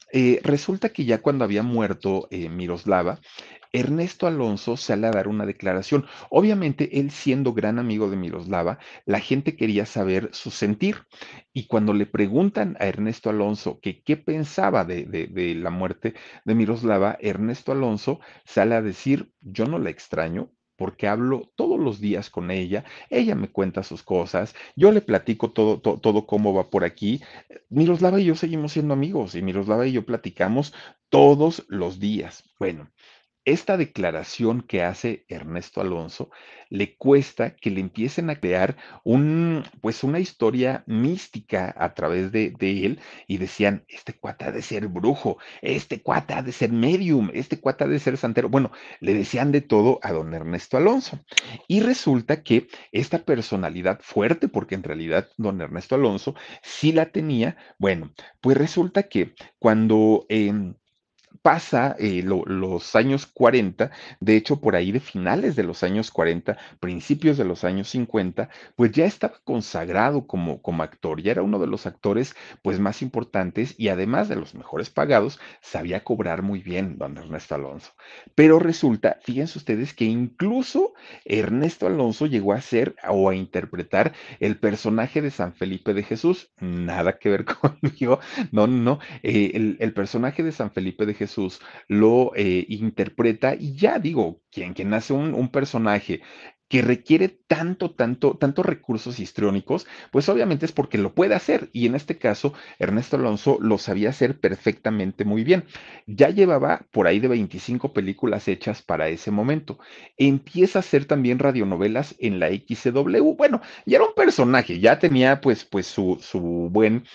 Resulta que ya cuando había muerto Miroslava, Ernesto Alonso sale a dar una declaración. Obviamente, él siendo gran amigo de Miroslava, la gente quería saber su sentir. Y cuando le preguntan a Ernesto Alonso que qué pensaba de la muerte de Miroslava, Ernesto Alonso sale a decir, yo no la extraño porque hablo todos los días con ella me cuenta sus cosas, yo le platico todo cómo va por aquí. Miroslava y yo seguimos siendo amigos y Miroslava y yo platicamos todos los días. Bueno, esta declaración que hace Ernesto Alonso le cuesta que le empiecen a crear pues una historia mística a través de él y decían, este cuate ha de ser brujo, este cuate ha de ser medium, este cuate ha de ser santero. Bueno, le decían de todo a don Ernesto Alonso. Y resulta que esta personalidad fuerte, porque en realidad don Ernesto Alonso sí la tenía, bueno, pues resulta que cuando pasa los años 40, de hecho por ahí de finales de los años 40, principios de los años 50, pues ya estaba consagrado como actor, ya era uno de los actores pues más importantes y además de los mejores pagados, sabía cobrar muy bien don Ernesto Alonso. Pero resulta, fíjense ustedes que incluso Ernesto Alonso llegó a ser o a interpretar el personaje de San Felipe de Jesús, nada que ver conmigo, no, no, no, el personaje de San Felipe de Jesús lo interpreta y ya digo, quien hace un personaje que requiere tantos recursos histriónicos, pues obviamente es porque lo puede hacer. Y en este caso, Ernesto Alonso lo sabía hacer perfectamente muy bien. Ya llevaba por ahí de 25 películas hechas para ese momento. Empieza a hacer también radionovelas en la XCW. Bueno, ya era un personaje, ya tenía pues su buen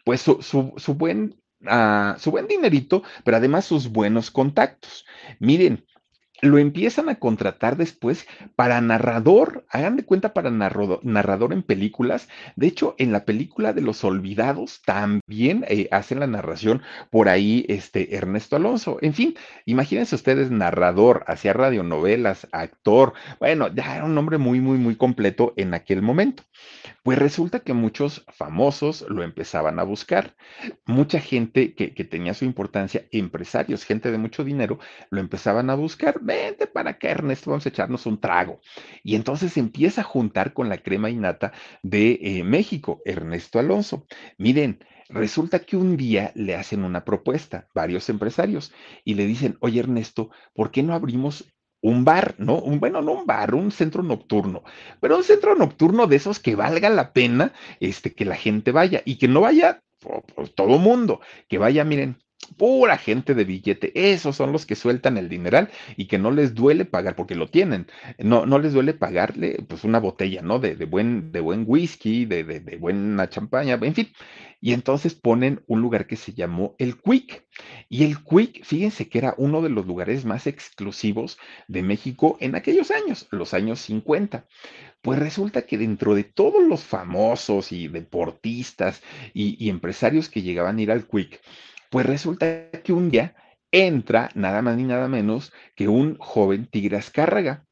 su buen dinerito, pero además sus buenos contactos. Miren, lo empiezan a contratar después para narrador, hagan de cuenta para narrador en películas. De hecho, en la película de Los Olvidados también hacen la narración por ahí Ernesto Alonso. En fin, imagínense ustedes, narrador, hacía radionovelas, actor, bueno, ya era un nombre muy completo en aquel momento. Pues resulta que muchos famosos lo empezaban a buscar. Mucha gente que tenía su importancia, empresarios, gente de mucho dinero, lo empezaban a buscar. Vente para acá, Ernesto, vamos a echarnos un trago. Y entonces empieza a juntar con la crema innata de México, Ernesto Alonso. Miren, resulta que un día le hacen una propuesta, varios empresarios, y le dicen, oye Ernesto, ¿por qué no abrimos un bar, ¿no? Bueno, no un bar, un centro nocturno, pero un centro nocturno de esos que valga la pena, que la gente vaya y que no vaya por todo mundo, que vaya, miren, pura gente de billete, esos son los que sueltan el dineral y que no les duele pagar, porque lo tienen, no les duele pagarle pues una botella, ¿no? De buen whisky, de buena champaña, en fin. Y entonces ponen un lugar que se llamó el Quick. Y el Quick, fíjense que era uno de los lugares más exclusivos de México en aquellos años, los años 50. Pues resulta que dentro de todos los famosos y deportistas y empresarios que llegaban a ir al Quick, pues resulta que un día entra nada más ni nada menos que un joven Tigre Azcárraga.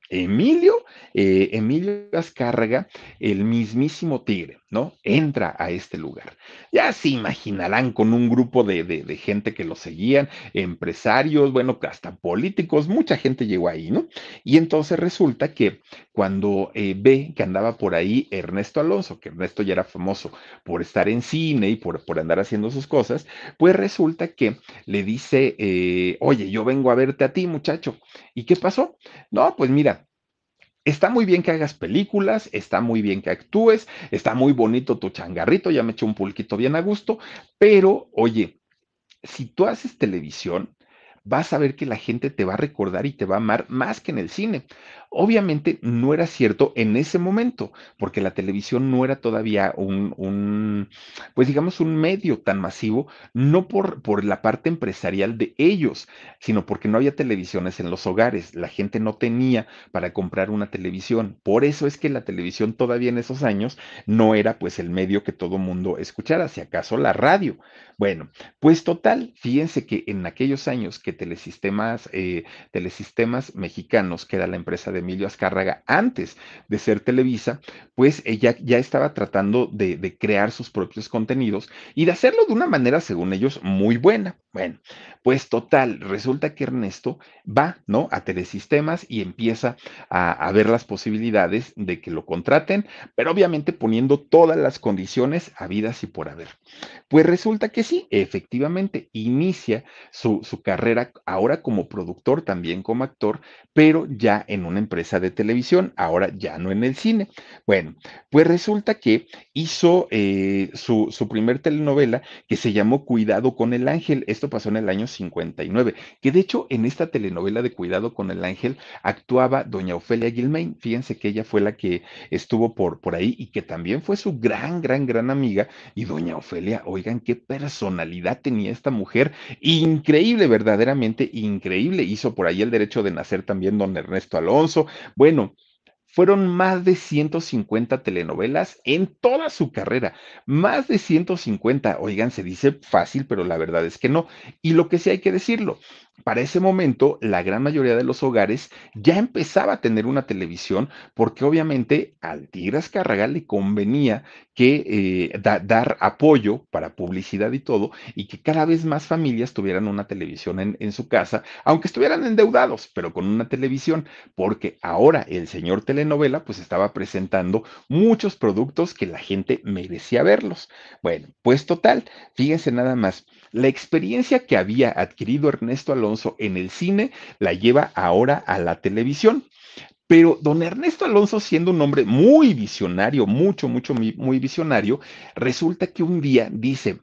Emilio Azcárraga, el mismísimo Tigre, ¿no? Entra a este lugar. Ya se imaginarán con un grupo de gente que lo seguían, empresarios, bueno, hasta políticos, mucha gente llegó ahí, ¿no? Y entonces resulta que cuando ve que andaba por ahí Ernesto Alonso, que Ernesto ya era famoso por estar en cine y por andar haciendo sus cosas, pues resulta que le dice, oye, yo vengo a verte a ti, muchacho. ¿Y qué pasó? No, pues mira. Está muy bien que hagas películas, está muy bien que actúes, está muy bonito tu changarrito, ya me eché un pulquito bien a gusto, pero oye, si tú haces televisión, vas a ver que la gente te va a recordar y te va a amar más que en el cine. Obviamente no era cierto en ese momento, porque la televisión no era todavía pues digamos, un medio tan masivo, no por la parte empresarial de ellos, sino porque no había televisiones en los hogares. La gente no tenía para comprar una televisión. Por eso es que la televisión todavía en esos años no era pues el medio que todo mundo escuchara, si acaso la radio. Bueno, pues total, fíjense que en aquellos años que Telesistemas Mexicanos, que era la empresa de Emilio Azcárraga antes de ser Televisa, pues ella ya estaba tratando de crear sus propios contenidos y de hacerlo de una manera, según ellos, muy buena. Bueno, pues total, resulta que Ernesto va, ¿no? A Telesistemas y empieza a ver las posibilidades de que lo contraten, pero obviamente poniendo todas las condiciones habidas y por haber. Pues resulta que sí, efectivamente, inicia su carrera ahora como productor, también como actor, pero ya en una empresa de televisión, ahora ya no en el cine. Bueno, pues resulta que hizo su primer telenovela que se llamó Cuidado con el Ángel. Esto pasó en el año 59, que de hecho en esta telenovela de Cuidado con el Ángel actuaba doña Ofelia Guilmain. Fíjense que ella fue la que estuvo por ahí y que también fue su gran amiga. Y doña Ofelia, oigan, qué personalidad tenía esta mujer, increíble, verdaderamente increíble. Hizo por ahí El Derecho de Nacer también don Ernesto Alonso. Bueno, fueron más de 150 telenovelas en toda su carrera, más de 150. Oigan, se dice fácil, pero la verdad es que no. Y lo que sí hay que decirlo, para ese momento la gran mayoría de los hogares ya empezaba a tener una televisión porque obviamente al Tigre Azcárraga le convenía que dar apoyo para publicidad y todo, y que cada vez más familias tuvieran una televisión en su casa, aunque estuvieran endeudados, pero con una televisión, porque ahora el señor telenovela pues estaba presentando muchos productos que la gente merecía verlos. Bueno, pues total, fíjense nada más. La experiencia que había adquirido Ernesto Alonso en el cine la lleva ahora a la televisión. Pero don Ernesto Alonso, siendo un hombre muy visionario, muy visionario, resulta que un día dice,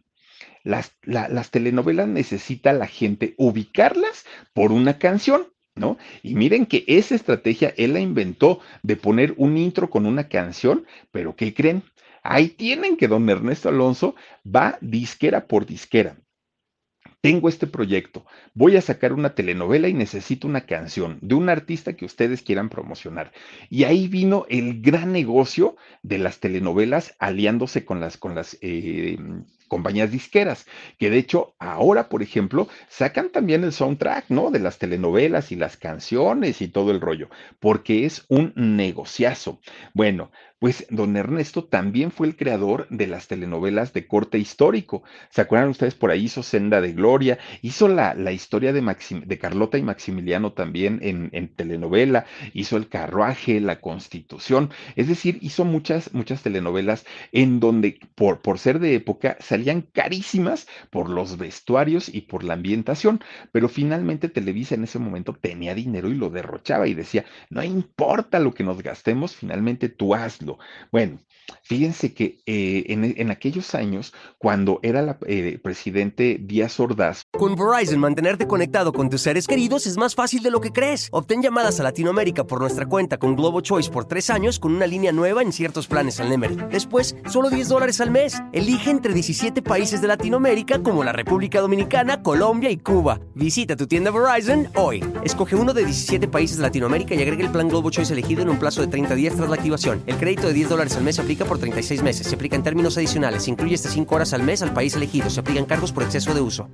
las telenovelas necesita la gente ubicarlas por una canción, ¿no? Y miren que esa estrategia él la inventó de poner un intro con una canción, pero ¿qué creen? Ahí tienen que don Ernesto Alonso va disquera por disquera. Tengo este proyecto, voy a sacar una telenovela y necesito una canción de un artista que ustedes quieran promocionar. Y ahí vino el gran negocio de las telenovelas aliándose con las compañías disqueras, que de hecho ahora, por ejemplo, sacan también el soundtrack, ¿no? De las telenovelas y las canciones y todo el rollo, porque es un negociazo. Bueno, pues don Ernesto también fue el creador de las telenovelas de corte histórico. ¿Se acuerdan ustedes? Por ahí hizo Senda de Gloria, hizo la historia de Carlota y Maximiliano también en telenovela, hizo El Carruaje, La Constitución, es decir, hizo muchas telenovelas en donde por ser de época salían carísimas por los vestuarios y por la ambientación, pero finalmente Televisa en ese momento tenía dinero y lo derrochaba y decía, no importa lo que nos gastemos, finalmente tú hazlo. Bueno, fíjense que en aquellos años, cuando era presidente Díaz Ordaz. Con Verizon, mantenerte conectado con tus seres queridos es más fácil de lo que crees. Obtén llamadas a Latinoamérica por nuestra cuenta con Globo Choice por 3 años con una línea nueva en ciertos planes al Nemery. Después, solo $10 al mes. Elige entre 17 países de Latinoamérica como la República Dominicana, Colombia y Cuba. Visita tu tienda Verizon hoy. Escoge uno de 17 países de Latinoamérica y agrega el plan Globo Choice elegido en un plazo de 30 días tras la activación. El crédito de $10 al mes se aplica por 36 meses. Se aplica en términos adicionales. Se incluye hasta 5 horas al mes al país elegido. Se aplican cargos por exceso de uso.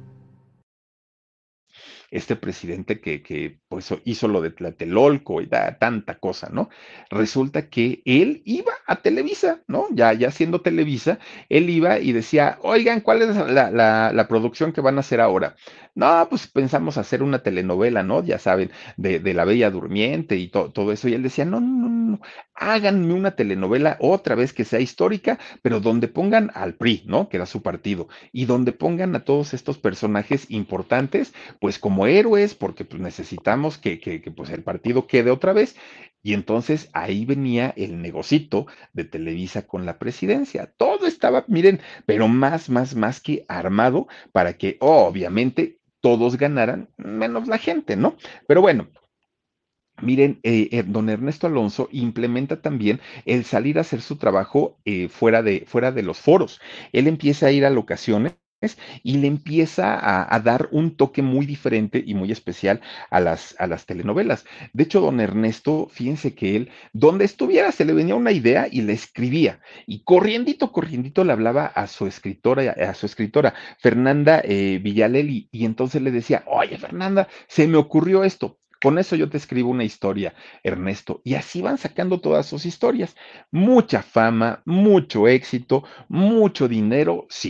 Este presidente que pues, hizo lo de Tlatelolco y tanta cosa, ¿no? Resulta que él iba a Televisa, ¿no? Ya siendo Televisa, él iba y decía, oigan, ¿cuál es la producción que van a hacer ahora? No, pues pensamos hacer una telenovela, ¿no? Ya saben, de La Bella Durmiente y todo eso. Y él decía, no, háganme una telenovela otra vez que sea histórica, pero donde pongan al PRI, ¿no? Que era su partido, y donde pongan a todos estos personajes importantes pues como héroes, porque pues necesitamos que pues el partido quede otra vez. Y entonces ahí venía el negocito de Televisa con la presidencia. Todo estaba, miren, pero más que armado para que obviamente todos ganaran, menos la gente, ¿no? Pero bueno, miren, don Ernesto Alonso implementa también el salir a hacer su trabajo fuera de los foros. Él empieza a ir a locaciones y le empieza a dar un toque muy diferente y muy especial a las telenovelas. De hecho, don Ernesto, fíjense que él, donde estuviera, se le venía una idea y le escribía. Y corriendito le hablaba a su escritora, Fernanda Villaleli, y entonces le decía, oye, Fernanda, se me ocurrió esto. Con eso yo te escribo una historia, Ernesto. Y así van sacando todas sus historias. Mucha fama, mucho éxito, mucho dinero, sí.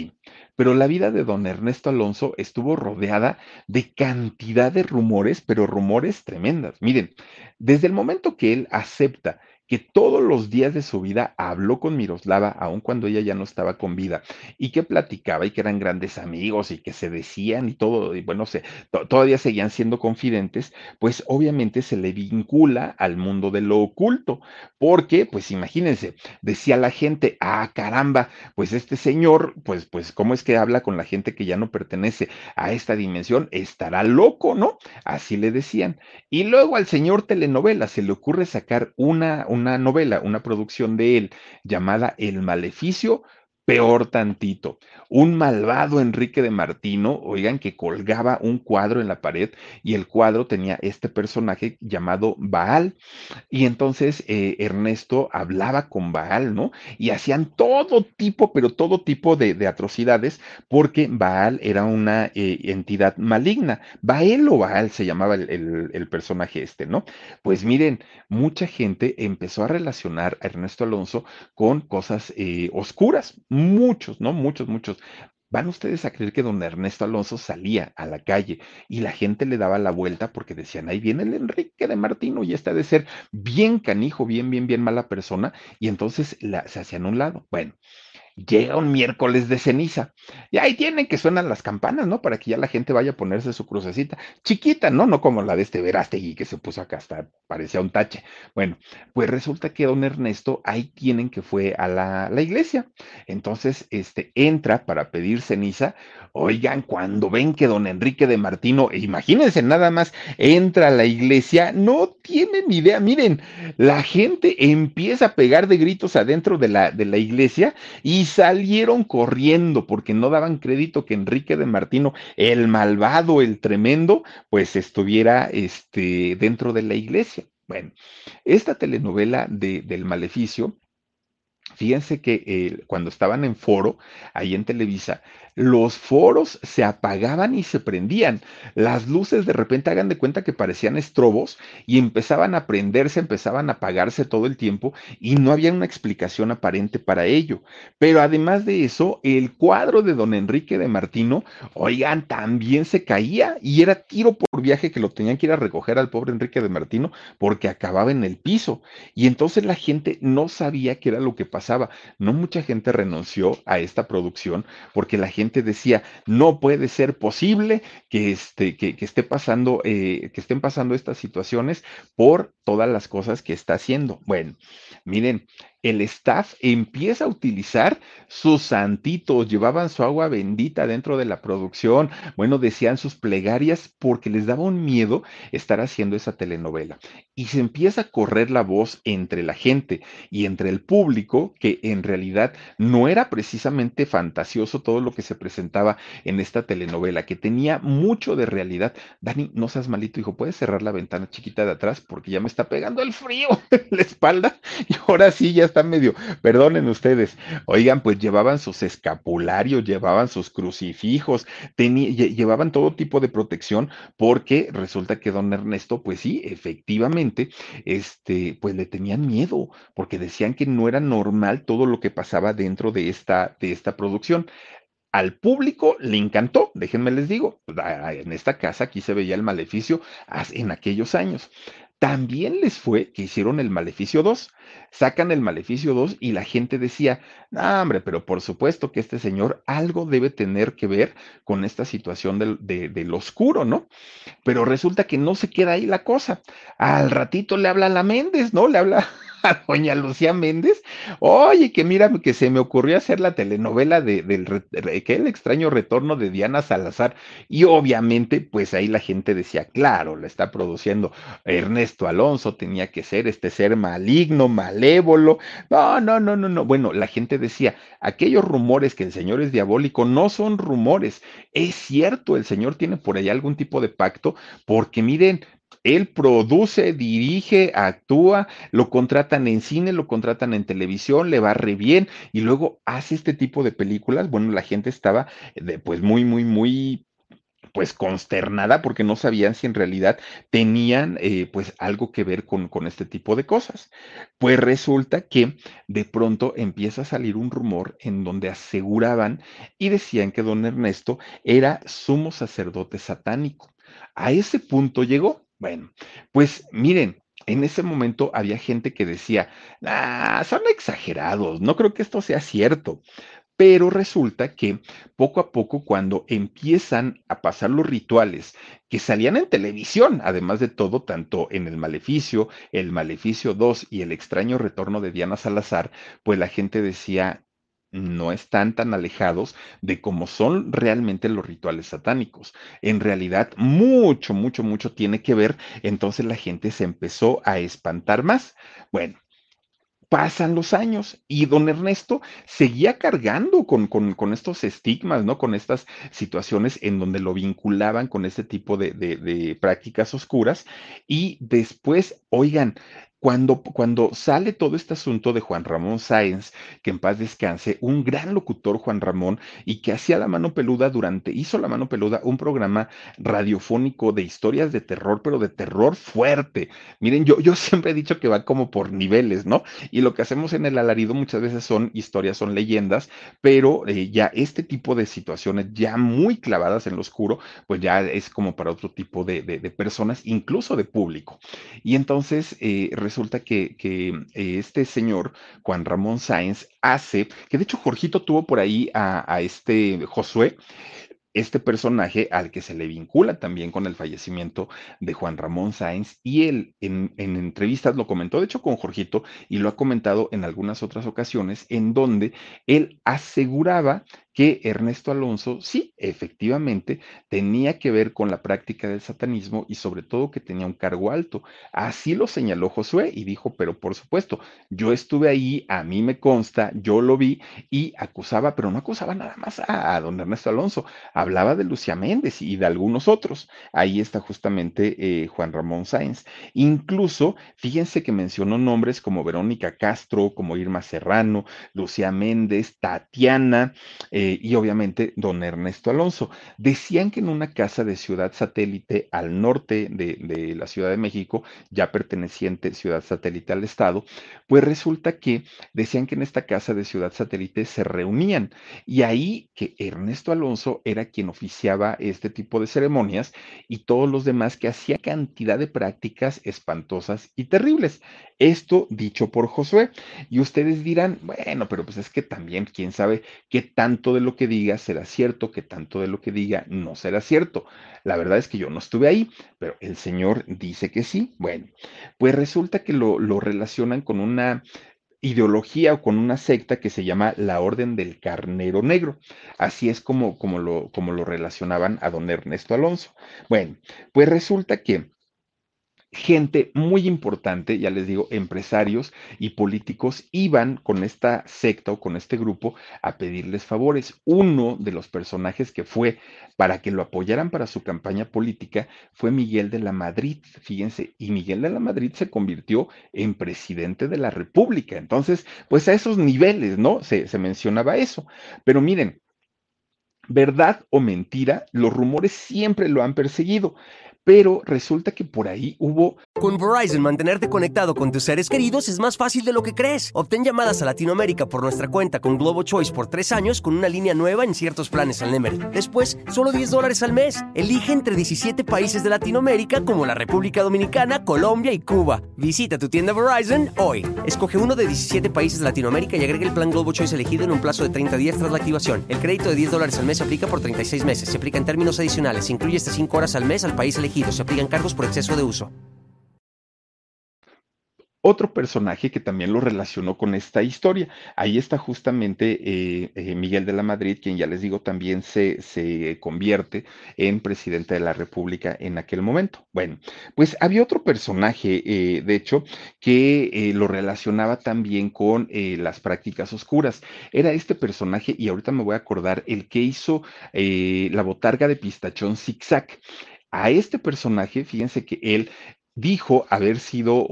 pero la vida de don Ernesto Alonso estuvo rodeada de cantidad de rumores, pero rumores tremendas. Miren, desde el momento que él acepta que todos los días de su vida habló con Miroslava, aun cuando ella ya no estaba con vida, y que platicaba y que eran grandes amigos y que se decían y todo, y bueno, todavía seguían siendo confidentes, pues obviamente se le vincula al mundo de lo oculto, porque, pues imagínense, decía la gente, ah, caramba, pues este señor, pues, ¿cómo es que habla con la gente que ya no pertenece a esta dimensión? Estará loco, ¿no? Así le decían. Y luego al señor telenovela se le ocurre sacar una novela, una producción de él llamada El Maleficio. Peor tantito, un malvado Enrique de Martino, oigan, que colgaba un cuadro en la pared y el cuadro tenía este personaje llamado Baal. Y entonces Ernesto hablaba con Baal, ¿no? Y hacían todo tipo, pero todo tipo de atrocidades, porque Baal era una entidad maligna. Baal o Baal se llamaba el personaje este, ¿no? Pues miren, mucha gente empezó a relacionar a Ernesto Alonso con cosas oscuras, muchos, ¿no? Muchos, muchos. ¿Van ustedes a creer que don Ernesto Alonso salía a la calle y la gente le daba la vuelta porque decían, ahí viene el Enrique de Martino y este ha de ser bien canijo, bien, bien, bien mala persona, y entonces se hacían a un lado? Bueno, llega un miércoles de ceniza. Y ahí tienen que suenan las campanas, ¿no? Para que ya la gente vaya a ponerse su crucecita. Chiquita, ¿no? No como la de este Verástegui que se puso acá hasta parecía un tache. Bueno, pues resulta que don Ernesto ahí tienen que fue a la iglesia. Entonces, entra para pedir ceniza. Oigan, cuando ven que don Enrique de Martino, imagínense nada más, entra a la iglesia, no tienen idea. Miren, la gente empieza a pegar de gritos adentro de la iglesia y salieron corriendo porque no daban crédito que Enrique de Martino, el malvado, el tremendo, pues estuviera dentro de la iglesia. Bueno, esta telenovela del Maleficio. Fíjense que cuando estaban en foro, ahí en Televisa, los foros se apagaban y se prendían. Las luces de repente hagan de cuenta que parecían estrobos y empezaban a prenderse, empezaban a apagarse todo el tiempo y no había una explicación aparente para ello. Pero además de eso, el cuadro de don Enrique de Martino, oigan, también se caía y era tiro por viaje que lo tenían que ir a recoger al pobre Enrique de Martino porque acababa en el piso. Y entonces la gente no sabía qué era lo que pasaba. No mucha gente renunció a esta producción porque la gente decía, no puede ser posible que esté pasando, que estén pasando estas situaciones por todas las cosas que está haciendo. Bueno, miren, el staff empieza a utilizar sus santitos, llevaban su agua bendita dentro de la producción, bueno, decían sus plegarias porque les daba un miedo estar haciendo esa telenovela. Y se empieza a correr la voz entre la gente y entre el público que en realidad no era precisamente fantasioso todo lo que se presentaba en esta telenovela, que tenía mucho de realidad. Dani, no seas malito, hijo, ¿puedes cerrar la ventana chiquita de atrás? Porque ya me está pegando el frío en la espalda y ahora sí ya está medio, perdonen ustedes. Oigan, pues llevaban sus escapularios, llevaban sus crucifijos, llevaban todo tipo de protección porque resulta que don Ernesto, pues sí, efectivamente, pues le tenían miedo, porque decían que no era normal todo lo que pasaba dentro de esta producción. Al público le encantó, déjenme les digo, en esta casa aquí se veía el Maleficio en aquellos años. También les fue que hicieron el Maleficio 2. Sacan el Maleficio 2 y la gente decía, no, hombre, pero por supuesto que este señor algo debe tener que ver con esta situación del oscuro, ¿no? Pero resulta que no se queda ahí la cosa. Al ratito le habla a la Méndez, ¿no? Le habla a doña Lucía Méndez. Oye, que mira, que se me ocurrió hacer la telenovela que el extraño retorno de Diana Salazar. Y obviamente, pues ahí la gente decía, claro, la está produciendo Ernesto Alonso, tenía que ser este ser maligno, malévolo. No, no, no, no, no. Bueno, la gente decía, aquellos rumores que el señor es diabólico no son rumores. Es cierto, el señor tiene por ahí algún tipo de pacto, porque miren, él produce, dirige, actúa, lo contratan en cine, lo contratan en televisión, le va re bien y luego hace este tipo de películas. Bueno, la gente estaba pues muy, muy, muy pues consternada porque no sabían si en realidad tenían pues algo que ver con este tipo de cosas. Pues resulta que de pronto empieza a salir un rumor en donde aseguraban y decían que don Ernesto era sumo sacerdote satánico. A ese punto llegó. Bueno, pues miren, en ese momento había gente que decía, ah, son exagerados, no creo que esto sea cierto. Pero resulta que poco a poco, cuando empiezan a pasar los rituales que salían en televisión, además de todo, tanto en El Maleficio 2 y El extraño retorno de Diana Salazar, pues la gente decía, no están tan alejados de cómo son realmente los rituales satánicos. En realidad, mucho, mucho, mucho tiene que ver. Entonces la gente se empezó a espantar más. Bueno, pasan los años y don Ernesto seguía cargando con estos estigmas, ¿no? Con estas situaciones en donde lo vinculaban con este tipo de prácticas oscuras. Y después, oigan, cuando sale todo este asunto de Juan Ramón Sáenz, que en paz descanse, un gran locutor Juan Ramón, y que hacía La Mano Peluda hizo La Mano Peluda un programa radiofónico de historias de terror, pero de terror fuerte. Miren, yo siempre he dicho que va como por niveles, ¿no? Y lo que hacemos en el alarido muchas veces son historias, son leyendas, pero ya este tipo de situaciones ya muy clavadas en lo oscuro, pues ya es como para otro tipo de personas, incluso de público. Y entonces resulta que este señor, Juan Ramón Sáenz, hace, que de hecho Jorgito tuvo por ahí a este Josué, este personaje al que se le vincula también con el fallecimiento de Juan Ramón Sáenz, y él en entrevistas lo comentó, de hecho con Jorgito, y lo ha comentado en algunas otras ocasiones, en donde él aseguraba que Ernesto Alonso sí, efectivamente, tenía que ver con la práctica del satanismo y sobre todo que tenía un cargo alto. Así lo señaló Josué y dijo, pero por supuesto, yo estuve ahí, a mí me consta, yo lo vi y acusaba, pero no acusaba nada más a don Ernesto Alonso, hablaba de Lucía Méndez y de algunos otros. Ahí está justamente Juan Ramón Sáenz. Incluso, fíjense que mencionó nombres como Verónica Castro, como Irma Serrano, Lucía Méndez, Tatiana y obviamente don Ernesto Alonso. Decían que en una casa de Ciudad Satélite al norte de la Ciudad de México, ya perteneciente Ciudad Satélite al Estado, pues resulta que decían que en esta casa de Ciudad Satélite se reunían y ahí que Ernesto Alonso era quien oficiaba este tipo de ceremonias y todos los demás que hacía cantidad de prácticas espantosas y terribles. Esto dicho por Josué. Y ustedes dirán, bueno, pero pues es que también, quién sabe qué tanto de lo que diga será cierto, qué tanto de lo que diga no será cierto. La verdad es que yo no estuve ahí, pero el señor dice que sí. Bueno, pues resulta que lo relacionan con una ideología o con una secta que se llama la Orden del Carnero Negro. Así es como lo relacionaban a don Ernesto Alonso. Bueno, pues resulta que gente muy importante, ya les digo, empresarios y políticos iban con esta secta o con este grupo a pedirles favores. Uno de los personajes que fue para que lo apoyaran para su campaña política fue Miguel de la Madrid, fíjense, y Miguel de la Madrid se convirtió en presidente de la República. Entonces, pues a esos niveles, ¿no? Se mencionaba eso. Pero miren, verdad o mentira, los rumores siempre lo han perseguido, pero resulta que por ahí hubo. Con Verizon, mantenerte conectado con tus seres queridos es más fácil de lo que crees. Obtén llamadas a Latinoamérica por nuestra cuenta con Globo Choice por 3 años con una línea nueva en ciertos planes al Nemery. Después, solo $10 al mes. Elige entre 17 países de Latinoamérica como la República Dominicana, Colombia y Cuba. Visita tu tienda Verizon hoy. Escoge uno de 17 países de Latinoamérica y agrega el plan Globo Choice elegido en un plazo de 30 días tras la activación. El crédito de $10 al mes se aplica por 36 meses. Se aplica en términos adicionales. Se incluye hasta 5 horas al mes al país elegido. Se aplican cargos por exceso de uso. Otro personaje que también lo relacionó con esta historia. Ahí está justamente Miguel de la Madrid, quien ya les digo también se convierte en presidente de la República en aquel momento. Bueno, pues había otro personaje, de hecho, que lo relacionaba también con las prácticas oscuras. Era este personaje, y ahorita me voy a acordar, el que hizo la botarga de pistachón zigzag. A este personaje, fíjense que él dijo haber sido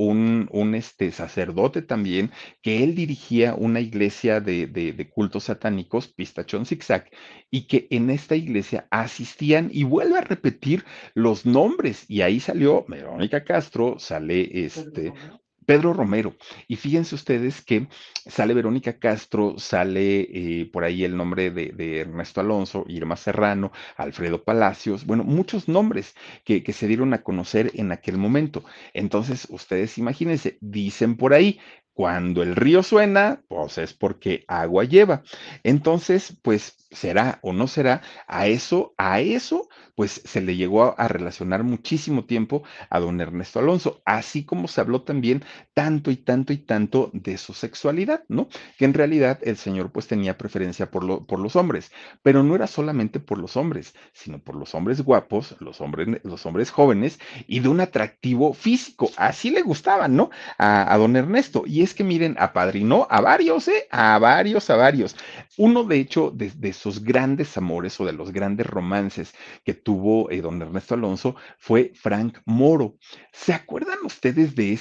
un sacerdote también, que él dirigía una iglesia de cultos satánicos, Pistachón Zigzag, y que en esta iglesia asistían, y vuelve a repetir los nombres, y ahí salió Verónica Castro, sale Pedro Romero. Y fíjense ustedes que sale Verónica Castro, sale por ahí el nombre de Ernesto Alonso, Irma Serrano, Alfredo Palacios, bueno, muchos nombres que se dieron a conocer en aquel momento. Entonces, ustedes imagínense, dicen por ahí, cuando el río suena, pues es porque agua lleva. Entonces, pues será o no será, a eso, pues se le llegó a relacionar muchísimo tiempo a don Ernesto Alonso, así como se habló también tanto y tanto y tanto de su sexualidad, ¿no? Que en realidad el señor pues tenía preferencia por los hombres, pero no era solamente por los hombres, sino por los hombres guapos, los hombres jóvenes y de un atractivo físico. Así le gustaban, ¿no? A don Ernesto. Y es que miren, apadrinó a varios, ¿eh? A varios, a varios. Uno, de hecho, de sus grandes amores o de los grandes romances que tuvo don Ernesto Alonso fue Frank Moro. ¿Se acuerdan ustedes de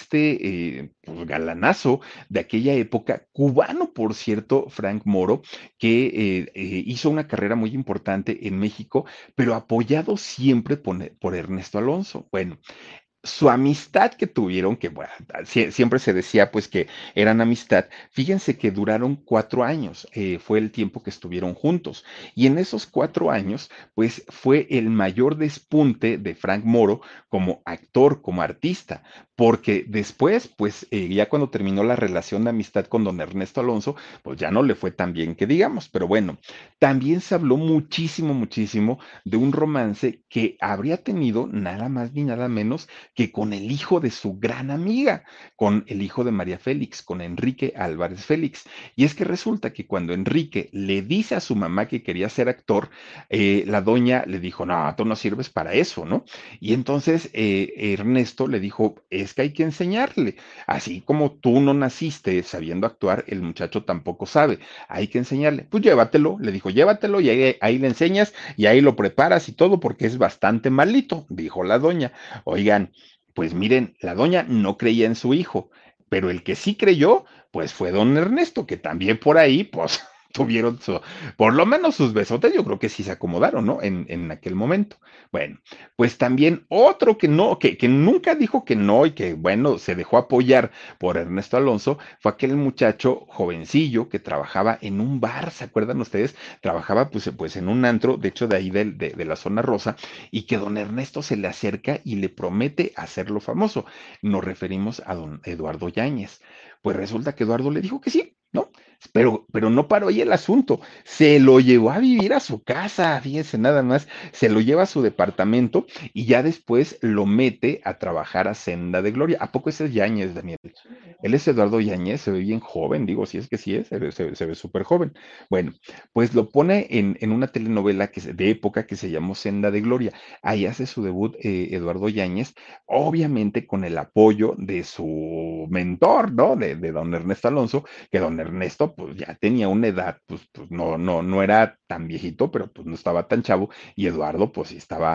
pues, galanazo de aquella época, cubano, por cierto, Frank Moro, que hizo una carrera muy importante en México, pero apoyado siempre por Ernesto Alonso? Bueno, su amistad que tuvieron, que bueno, siempre se decía pues que eran amistad, fíjense que duraron 4 años, fue el tiempo que estuvieron juntos. Y en esos 4 años, pues fue el mayor despunte de Frank Moro como actor, como artista, porque después, pues ya cuando terminó la relación de amistad con don Ernesto Alonso, pues ya no le fue tan bien que digamos, pero bueno, también se habló muchísimo, muchísimo de un romance que habría tenido nada más ni nada menos que con el hijo de su gran amiga, con el hijo de María Félix, con Enrique Álvarez Félix. Y es que resulta que cuando Enrique le dice a su mamá que quería ser actor, la doña le dijo, no, tú no sirves para eso, ¿no? Y entonces Ernesto le dijo, es que hay que enseñarle, así como tú no naciste sabiendo actuar, el muchacho tampoco sabe, hay que enseñarle. Pues llévatelo, le dijo, llévatelo y ahí le enseñas y ahí lo preparas y todo porque es bastante malito, dijo la doña. Oigan, pues miren, la doña no creía en su hijo, pero el que sí creyó, pues fue don Ernesto, que también por ahí, pues tuvieron por lo menos sus besotes, yo creo que sí se acomodaron, ¿no? En aquel momento. Bueno, pues también otro que no, que nunca dijo que no y que, bueno, se dejó apoyar por Ernesto Alonso, fue aquel muchacho jovencillo que trabajaba en un bar, ¿se acuerdan ustedes? Trabajaba pues en un antro, de hecho de ahí de la zona rosa, y que don Ernesto se le acerca y le promete hacerlo famoso. Nos referimos a don Eduardo Yáñez. Pues resulta que Eduardo le dijo que sí, ¿no? Pero no paró ahí el asunto, se lo llevó a vivir a su casa, fíjense nada más, se lo lleva a su departamento y ya después lo mete a trabajar a Senda de Gloria. ¿A poco ese es Yáñez, Daniel? Él es Eduardo Yáñez, se ve bien joven, digo, si es que sí es, se ve súper joven. Bueno, pues lo pone en una telenovela de época que se llamó Senda de Gloria. Ahí hace su debut Eduardo Yáñez, obviamente con el apoyo de su mentor, ¿no? De don Ernesto Alonso, que don Ernesto pues ya tenía una edad, pues no era tan viejito, pero pues no estaba tan chavo, y Eduardo pues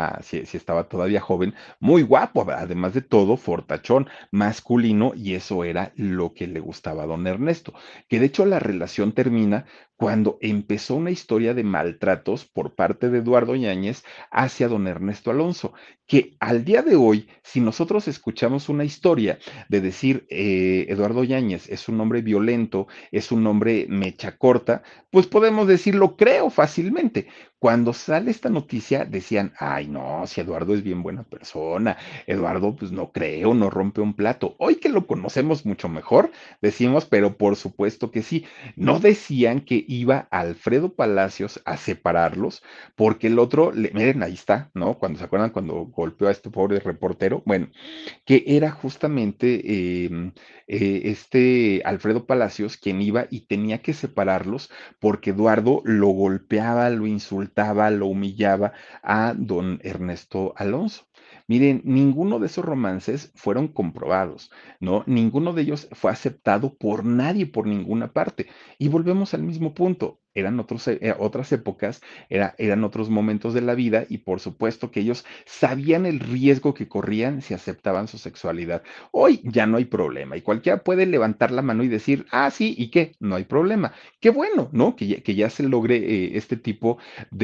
sí estaba todavía joven, muy guapo, además de todo, fortachón, masculino, y eso era lo que le gustaba a don Ernesto, que de hecho la relación termina cuando empezó una historia de maltratos por parte de Eduardo Yáñez hacia don Ernesto Alonso, que al día de hoy, si nosotros escuchamos una historia de decir Eduardo Yáñez es un hombre violento, es un hombre mecha corta, pues podemos decirlo, creo fácilmente. Cuando sale esta noticia decían, ay no, si Eduardo es bien buena persona, Eduardo pues no creo, no rompe un plato. Hoy que lo conocemos mucho mejor, decimos, pero por supuesto que sí. No decían que iba Alfredo Palacios a separarlos porque el otro, miren, ahí está, ¿no? Cuando se acuerdan cuando golpeó a este pobre reportero, bueno, que era justamente Alfredo Palacios quien iba y tenía que separarlos porque Eduardo lo golpeaba, lo insultaba, lo humillaba a don Ernesto Alonso. Miren, ninguno de esos romances fueron comprobados, ¿no? Ninguno de ellos fue aceptado por nadie, por ninguna parte. Y volvemos al mismo punto. eran otras épocas, eran otros momentos de la vida y por supuesto que ellos sabían el riesgo que corrían si aceptaban su sexualidad. Hoy ya no hay problema y cualquiera puede levantar la mano y decir, ah, sí, ¿y qué? No hay problema. Qué bueno, ¿no? Que ya se logre este tipo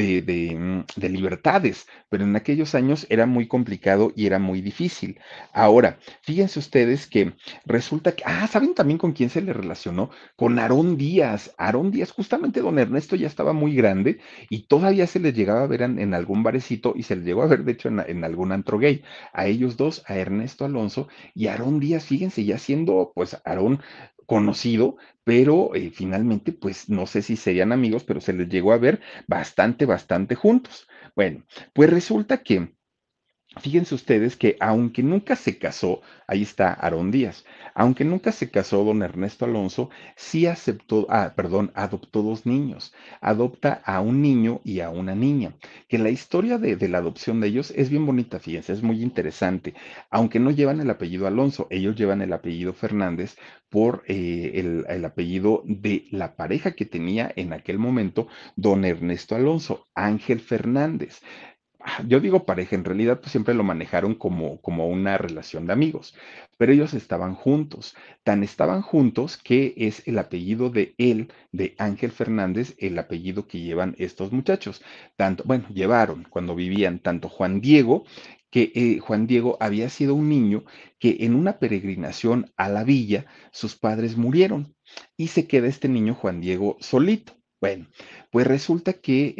de libertades, pero en aquellos años era muy complicado y era muy difícil. Ahora, fíjense ustedes que resulta que, ¿saben también con quién se le relacionó? Con Aarón Díaz. Aarón Díaz, justamente don Ernesto ya estaba muy grande y todavía se les llegaba a ver en algún barecito y se les llegó a ver, de hecho, en algún antro gay. A ellos dos, a Ernesto Alonso y a Aarón Díaz, fíjense, ya siendo, pues, Aarón conocido, pero finalmente, pues, no sé si serían amigos, pero se les llegó a ver bastante, bastante juntos. Bueno, pues resulta que fíjense ustedes que aunque nunca se casó, ahí está Aarón Díaz, aunque nunca se casó don Ernesto Alonso, sí aceptó, perdón, adoptó dos niños, adopta a un niño y a una niña, que la historia de la adopción de ellos es bien bonita, fíjense, es muy interesante, aunque no llevan el apellido Alonso, ellos llevan el apellido Fernández por el apellido de la pareja que tenía en aquel momento don Ernesto Alonso, Ángel Fernández. Yo digo pareja, en realidad pues siempre lo manejaron como una relación de amigos, pero ellos estaban juntos, tan estaban juntos que es el apellido de él, de Ángel Fernández, el apellido que llevan estos muchachos. Tanto, bueno, llevaron cuando vivían tanto Juan Diego, que Juan Diego había sido un niño que en una peregrinación a la villa, sus padres murieron y se queda este niño Juan Diego solito. Bueno, pues resulta que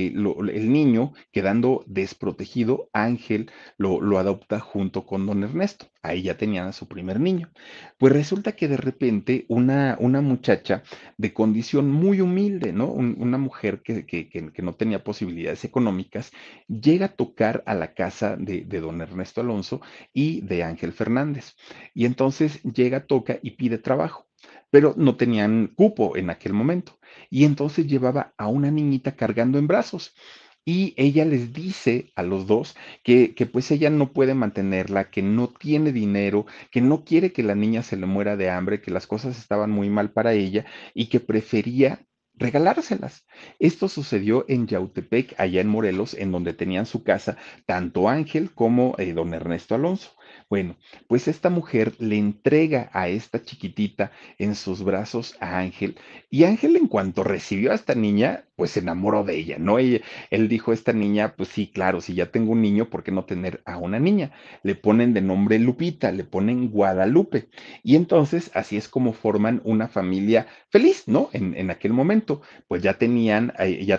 el niño, quedando desprotegido, Ángel lo adopta junto con don Ernesto. Ahí ya tenían a su primer niño. Pues resulta que de repente una muchacha de condición muy humilde, ¿no? Una mujer que no tenía posibilidades económicas, llega a tocar a la casa de don Ernesto Alonso y de Ángel Fernández. Y entonces llega, toca y pide trabajo, pero no tenían cupo en aquel momento y entonces llevaba a una niñita cargando en brazos. Y ella les dice a los dos que pues ella no puede mantenerla, que no tiene dinero, que no quiere que la niña se le muera de hambre, que las cosas estaban muy mal para ella y que prefería regalárselas. Esto sucedió en Yautepec, allá en Morelos, en donde tenían su casa tanto Ángel como don Ernesto Alonso. Bueno, pues esta mujer le entrega a esta chiquitita en sus brazos a Ángel y Ángel, en cuanto recibió a esta niña, pues se enamoró de ella, ¿no? Él dijo, esta niña, pues sí, claro, si ya tengo un niño, ¿por qué no tener a una niña? Le ponen de nombre Lupita, le ponen Guadalupe. Y entonces así es como forman una familia feliz, ¿no? En aquel momento, pues ya tenían,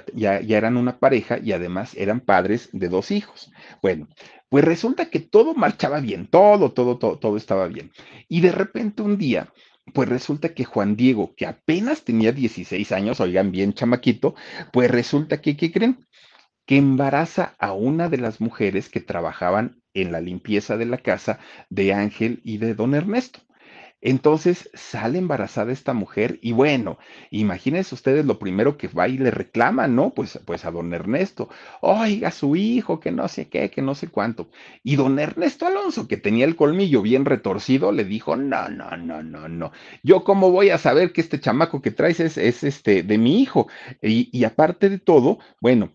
ya eran una pareja y además eran padres de dos hijos. Bueno, pues resulta que todo marchaba bien, todo estaba bien. Y de repente un día pues resulta que Juan Diego, que apenas tenía 16 años, oigan bien chamaquito, pues resulta que, ¿qué creen? Que embaraza a una de las mujeres que trabajaban en la limpieza de la casa de Ángel y de don Ernesto. Entonces sale embarazada esta mujer y bueno, imagínense ustedes lo primero que va y le reclama, ¿no? Pues a don Ernesto, oiga, su hijo, que no sé qué, que no sé cuánto. Y don Ernesto Alonso, que tenía el colmillo bien retorcido, le dijo, no, no, no, no, no, yo cómo voy a saber que este chamaco que traes es este de mi hijo. Y aparte de todo, bueno.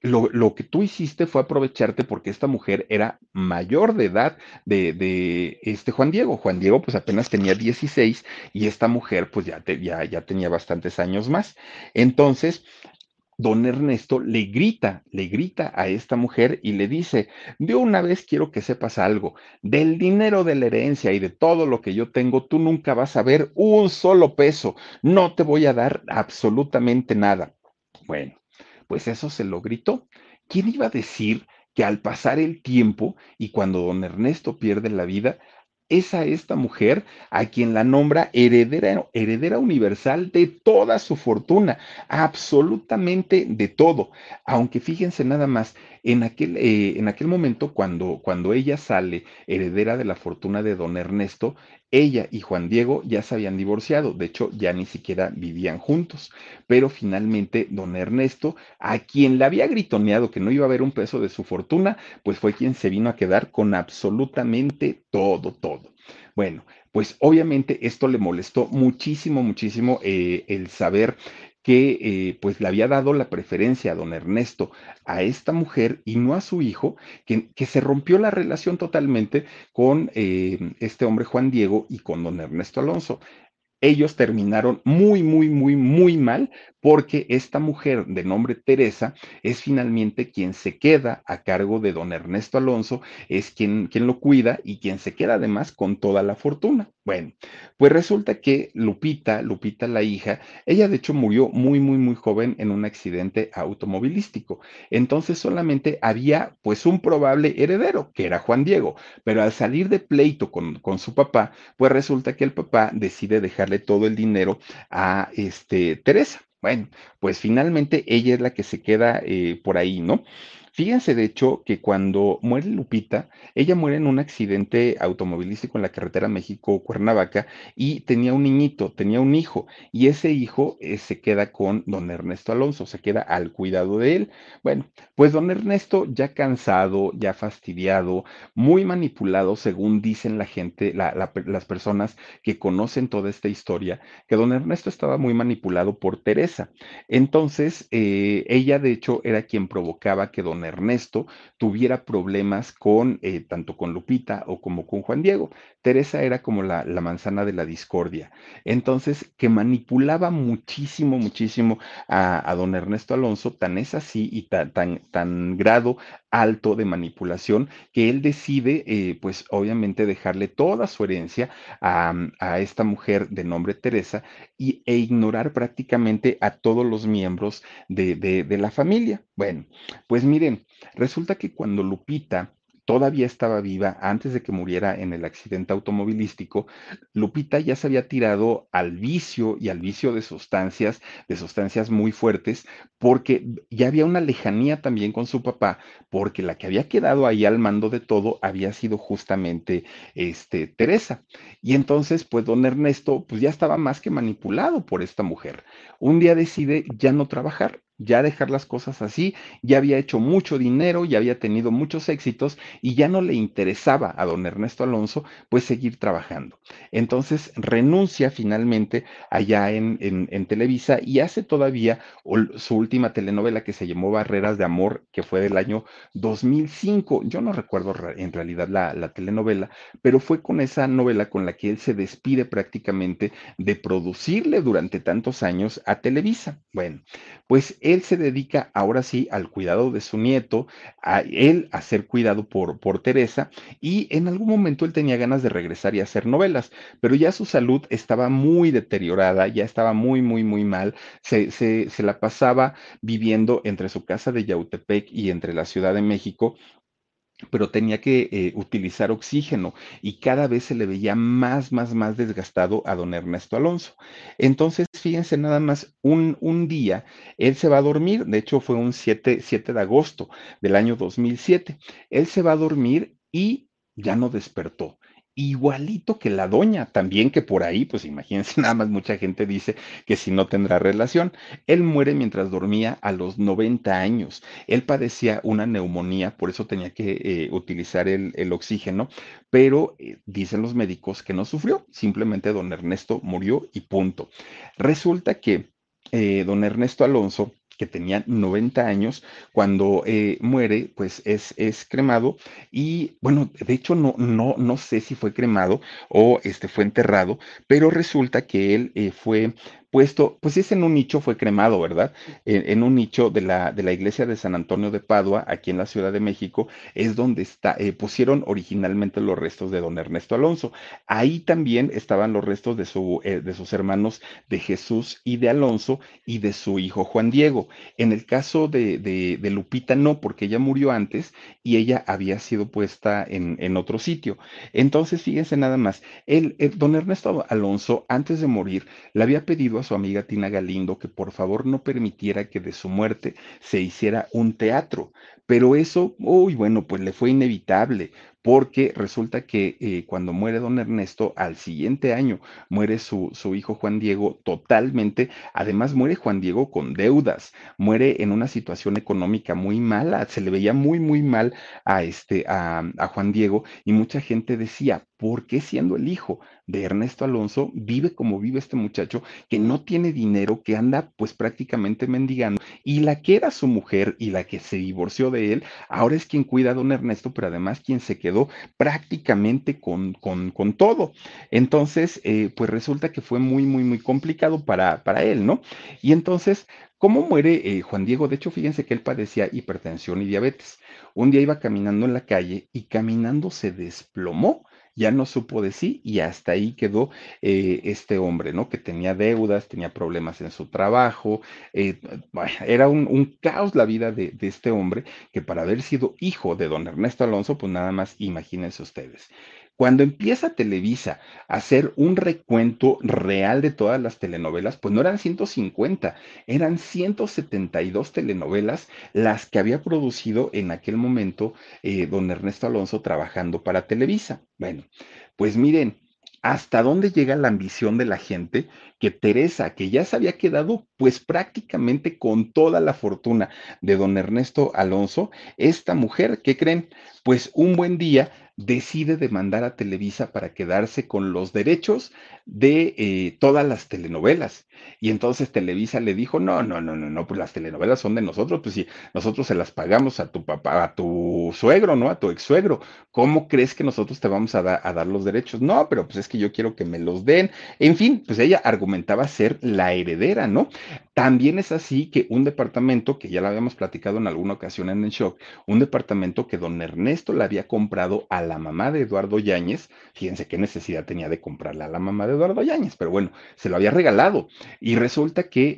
Lo que tú hiciste fue aprovecharte porque esta mujer era mayor de edad de este Juan Diego. Juan Diego pues apenas tenía 16 y esta mujer pues ya tenía bastantes años más. Entonces, don Ernesto le grita a esta mujer y le dice, de una vez quiero que sepas algo, del dinero de la herencia y de todo lo que yo tengo, tú nunca vas a ver un solo peso, no te voy a dar absolutamente nada. Bueno, pues eso se lo gritó. ¿Quién iba a decir que al pasar el tiempo y cuando don Ernesto pierde la vida, es a esta mujer a quien la nombra heredera universal de toda su fortuna, absolutamente de todo? Aunque fíjense nada más, en aquel momento, cuando ella sale heredera de la fortuna de don Ernesto, ella y Juan Diego ya se habían divorciado, de hecho ya ni siquiera vivían juntos, pero finalmente don Ernesto, a quien le había gritoneado que no iba a haber un peso de su fortuna, pues fue quien se vino a quedar con absolutamente todo, todo. Bueno, pues obviamente esto le molestó muchísimo, muchísimo el saber que pues le había dado la preferencia a don Ernesto a esta mujer y no a su hijo, que se rompió la relación totalmente con este hombre Juan Diego y con don Ernesto Alonso. Ellos terminaron muy, muy, muy, muy mal porque esta mujer de nombre Teresa es finalmente quien se queda a cargo de don Ernesto Alonso, es quien lo cuida y quien se queda además con toda la fortuna. Bueno, pues resulta que Lupita la hija, ella de hecho murió muy, muy, muy joven en un accidente automovilístico. Entonces solamente había pues un probable heredero, que era Juan Diego, pero al salir de pleito con su papá, pues resulta que el papá decide dejarle todo el dinero a Teresa. Bueno, pues finalmente ella es la que se queda por ahí, ¿no? Fíjense, de hecho, que cuando muere Lupita, ella muere en un accidente automovilístico en la carretera México-Cuernavaca y tenía un niñito, tenía un hijo, y ese hijo se queda con don Ernesto Alonso, se queda al cuidado de él. Bueno, pues don Ernesto, ya cansado, ya fastidiado, muy manipulado, según dicen la gente, las personas que conocen toda esta historia, que don Ernesto estaba muy manipulado por Teresa. Entonces, ella de hecho era quien provocaba que don Ernesto tuviera problemas con tanto con Lupita o como con Juan Diego. Teresa era como la manzana de la discordia. Entonces, que manipulaba muchísimo, muchísimo a don Ernesto Alonso, tan es así y tan grado alto de manipulación que él decide, pues obviamente, dejarle toda su herencia a esta mujer de nombre Teresa e ignorar prácticamente a todos los miembros de la familia. Bueno, pues miren, resulta que cuando Lupita todavía estaba viva, antes de que muriera en el accidente automovilístico, Lupita ya se había tirado al vicio y al vicio de sustancias muy fuertes, porque ya había una lejanía también con su papá, porque la que había quedado ahí al mando de todo había sido justamente Teresa. Y entonces, pues don Ernesto, pues ya estaba más que manipulado por esta mujer. Un día decide ya no trabajar, ya dejar las cosas así, ya había hecho mucho dinero, ya había tenido muchos éxitos y ya no le interesaba a don Ernesto Alonso pues seguir trabajando. Entonces renuncia finalmente allá en Televisa y hace todavía su última telenovela que se llamó Barreras de Amor, que fue del año 2005. Yo no recuerdo en realidad la telenovela, pero fue con esa novela con la que él se despide prácticamente de producirle durante tantos años a Televisa. Bueno, pues él se dedica ahora sí al cuidado de su nieto, a él a ser cuidado por Teresa, y en algún momento él tenía ganas de regresar y hacer novelas, pero ya su salud estaba muy deteriorada, ya estaba muy, muy, muy mal, se la pasaba viviendo entre su casa de Yautepec y entre la Ciudad de México, pero tenía que utilizar oxígeno y cada vez se le veía más, más, más desgastado a don Ernesto Alonso. Entonces, fíjense nada más, un día él se va a dormir, de hecho fue un 7 de agosto del año 2007, él se va a dormir y ya no despertó. Igualito que la doña, también que por ahí, pues imagínense, nada más mucha gente dice que si no tendrá relación. Él muere mientras dormía a los 90 años. Él padecía una neumonía, por eso tenía que utilizar el oxígeno, pero dicen los médicos que no sufrió, simplemente don Ernesto murió y punto. Resulta que don Ernesto Alonso, que tenía 90 años, cuando muere, pues es cremado y bueno, de hecho no sé si fue cremado o fue enterrado, pero resulta que él fue puesto, pues es en un nicho, fue cremado, ¿verdad? En un nicho de la iglesia de San Antonio de Padua, aquí en la Ciudad de México, es donde pusieron originalmente los restos de don Ernesto Alonso. Ahí también estaban los restos de sus hermanos de Jesús y de Alonso y de su hijo Juan Diego. En el caso de Lupita no, porque ella murió antes y ella había sido puesta en otro sitio. Entonces, fíjense nada más, don Ernesto Alonso, antes de morir, le había pedido a su amiga Tina Galindo que por favor no permitiera que de su muerte se hiciera un teatro, pero eso, uy, bueno, pues le fue inevitable, porque resulta que cuando muere don Ernesto, al siguiente año muere su hijo Juan Diego totalmente, además muere Juan Diego con deudas, muere en una situación económica muy mala, se le veía muy, muy mal a Juan Diego y mucha gente decía, ¿por qué siendo el hijo de Ernesto Alonso vive como vive este muchacho que no tiene dinero, que anda pues prácticamente mendigando y la que era su mujer y la que se divorció de él, ahora es quien cuida a don Ernesto, pero además quien se quedó prácticamente con todo. Entonces, pues resulta que fue muy, muy, muy complicado para él, ¿no? Y entonces, ¿cómo muere Juan Diego? De hecho, fíjense que él padecía hipertensión y diabetes. Un día iba caminando en la calle y caminando se desplomó, ya no supo de sí y hasta ahí quedó este hombre, ¿no? Que tenía deudas, tenía problemas en su trabajo, bueno, era un caos la vida de este hombre que para haber sido hijo de don Ernesto Alonso, pues nada más imagínense ustedes. Cuando empieza Televisa a hacer un recuento real de todas las telenovelas, pues no eran 150, eran 172 telenovelas las que había producido en aquel momento don Ernesto Alonso trabajando para Televisa. Bueno, pues miren, hasta dónde llega la ambición de la gente que Teresa, que ya se había quedado pues prácticamente con toda la fortuna de don Ernesto Alonso, esta mujer, ¿qué creen? Pues un buen día decide demandar a Televisa para quedarse con los derechos de todas las telenovelas. Y entonces Televisa le dijo, no, no, no, no, no, pues las telenovelas son de nosotros, pues si nosotros se las pagamos a tu papá, a tu suegro, ¿no? A tu ex suegro. ¿Cómo crees que nosotros te vamos a dar los derechos? No, pero pues es que yo quiero que me los den. En fin, pues ella argumentaba ser la heredera, ¿no? También es así que un departamento, que ya lo habíamos platicado en alguna ocasión en el show, un departamento que don Ernesto le había comprado a la mamá de Eduardo Yáñez, fíjense qué necesidad tenía de comprarle a la mamá de Eduardo Yáñez, pero bueno, se lo había regalado. Y resulta que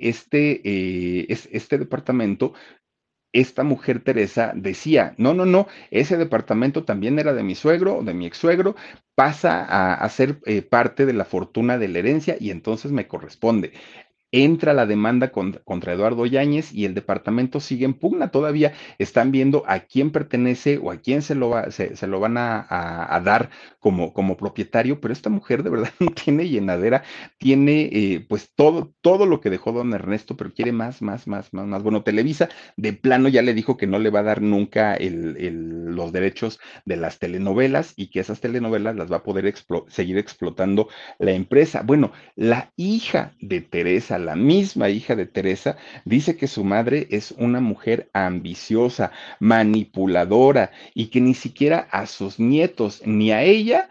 este departamento esta mujer Teresa decía, no, no, no, ese departamento también era de mi suegro o de mi ex suegro, pasa a ser parte de la fortuna de la herencia y entonces me corresponde. Entra la demanda contra Eduardo Yáñez y el departamento sigue en pugna. Todavía están viendo a quién pertenece o a quién se lo van a dar como propietario, pero esta mujer de verdad no tiene llenadera, tiene pues todo lo que dejó don Ernesto, pero quiere más, más, más, más, más. Bueno, Televisa de plano ya le dijo que no le va a dar nunca los derechos de las telenovelas y que esas telenovelas las va a poder seguir explotando la empresa. Bueno, la hija de Teresa, la misma hija de Teresa, dice que su madre es una mujer ambiciosa, manipuladora y que ni siquiera a sus nietos ni a ella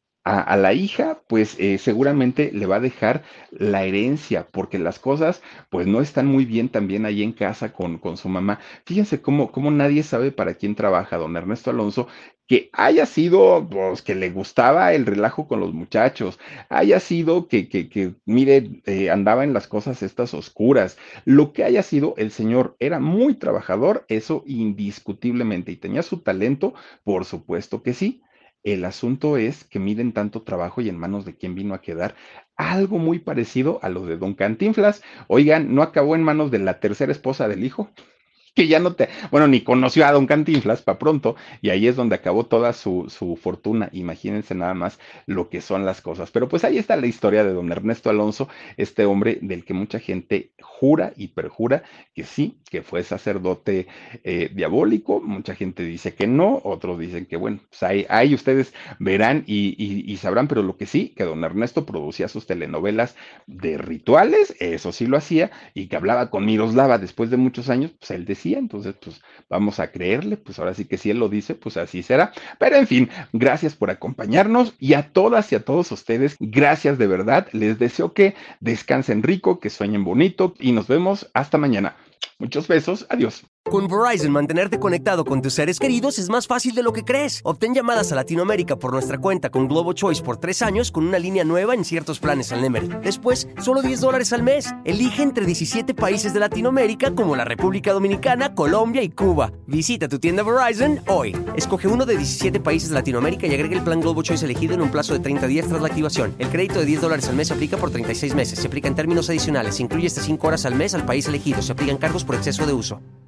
a la hija, pues seguramente le va a dejar la herencia, porque las cosas pues no están muy bien también ahí en casa con su mamá. Fíjense cómo nadie sabe para quién trabaja don Ernesto Alonso, que haya sido, pues, que le gustaba el relajo con los muchachos, haya sido que mire, andaba en las cosas estas oscuras, lo que haya sido, el señor era muy trabajador, eso indiscutiblemente, y tenía su talento, por supuesto que sí. El asunto es que miden tanto trabajo y en manos de quién vino a quedar algo muy parecido a lo de Don Cantinflas. Oigan, ¿no acabó en manos de la tercera esposa del hijo? Que ya no te, bueno, ni conoció a Don Cantinflas para pronto, y ahí es donde acabó toda su fortuna. Imagínense nada más lo que son las cosas. Pero pues ahí está la historia de don Ernesto Alonso, este hombre del que mucha gente jura y perjura que sí, que fue sacerdote diabólico. Mucha gente dice que no, otros dicen que bueno, pues ahí ustedes verán y sabrán, pero lo que sí, que don Ernesto producía sus telenovelas de rituales, eso sí lo hacía, y que hablaba con Miroslava después de muchos años, pues él decía, entonces pues vamos a creerle, pues ahora sí que si él lo dice, pues así será. Pero en fin, gracias por acompañarnos y a todas y a todos ustedes, gracias de verdad, les deseo que descansen rico, que sueñen bonito y nos vemos hasta mañana. Muchos besos, adiós. Con Verizon, mantenerte conectado con tus seres queridos es más fácil de lo que crees. Obtén llamadas a Latinoamérica por nuestra cuenta con Globo Choice por 3 años con una línea nueva en ciertos planes al Nemery. Después, solo $10 al mes. Elige entre 17 países de Latinoamérica como la República Dominicana, Colombia y Cuba. Visita tu tienda Verizon hoy. Escoge uno de 17 países de Latinoamérica y agrega el plan Globo Choice elegido en un plazo de 30 días tras la activación. El crédito de $10 al mes se aplica por 36 meses. Se aplica en términos adicionales. Se incluye hasta 5 horas al mes al país elegido. Se aplican cargos por exceso de uso.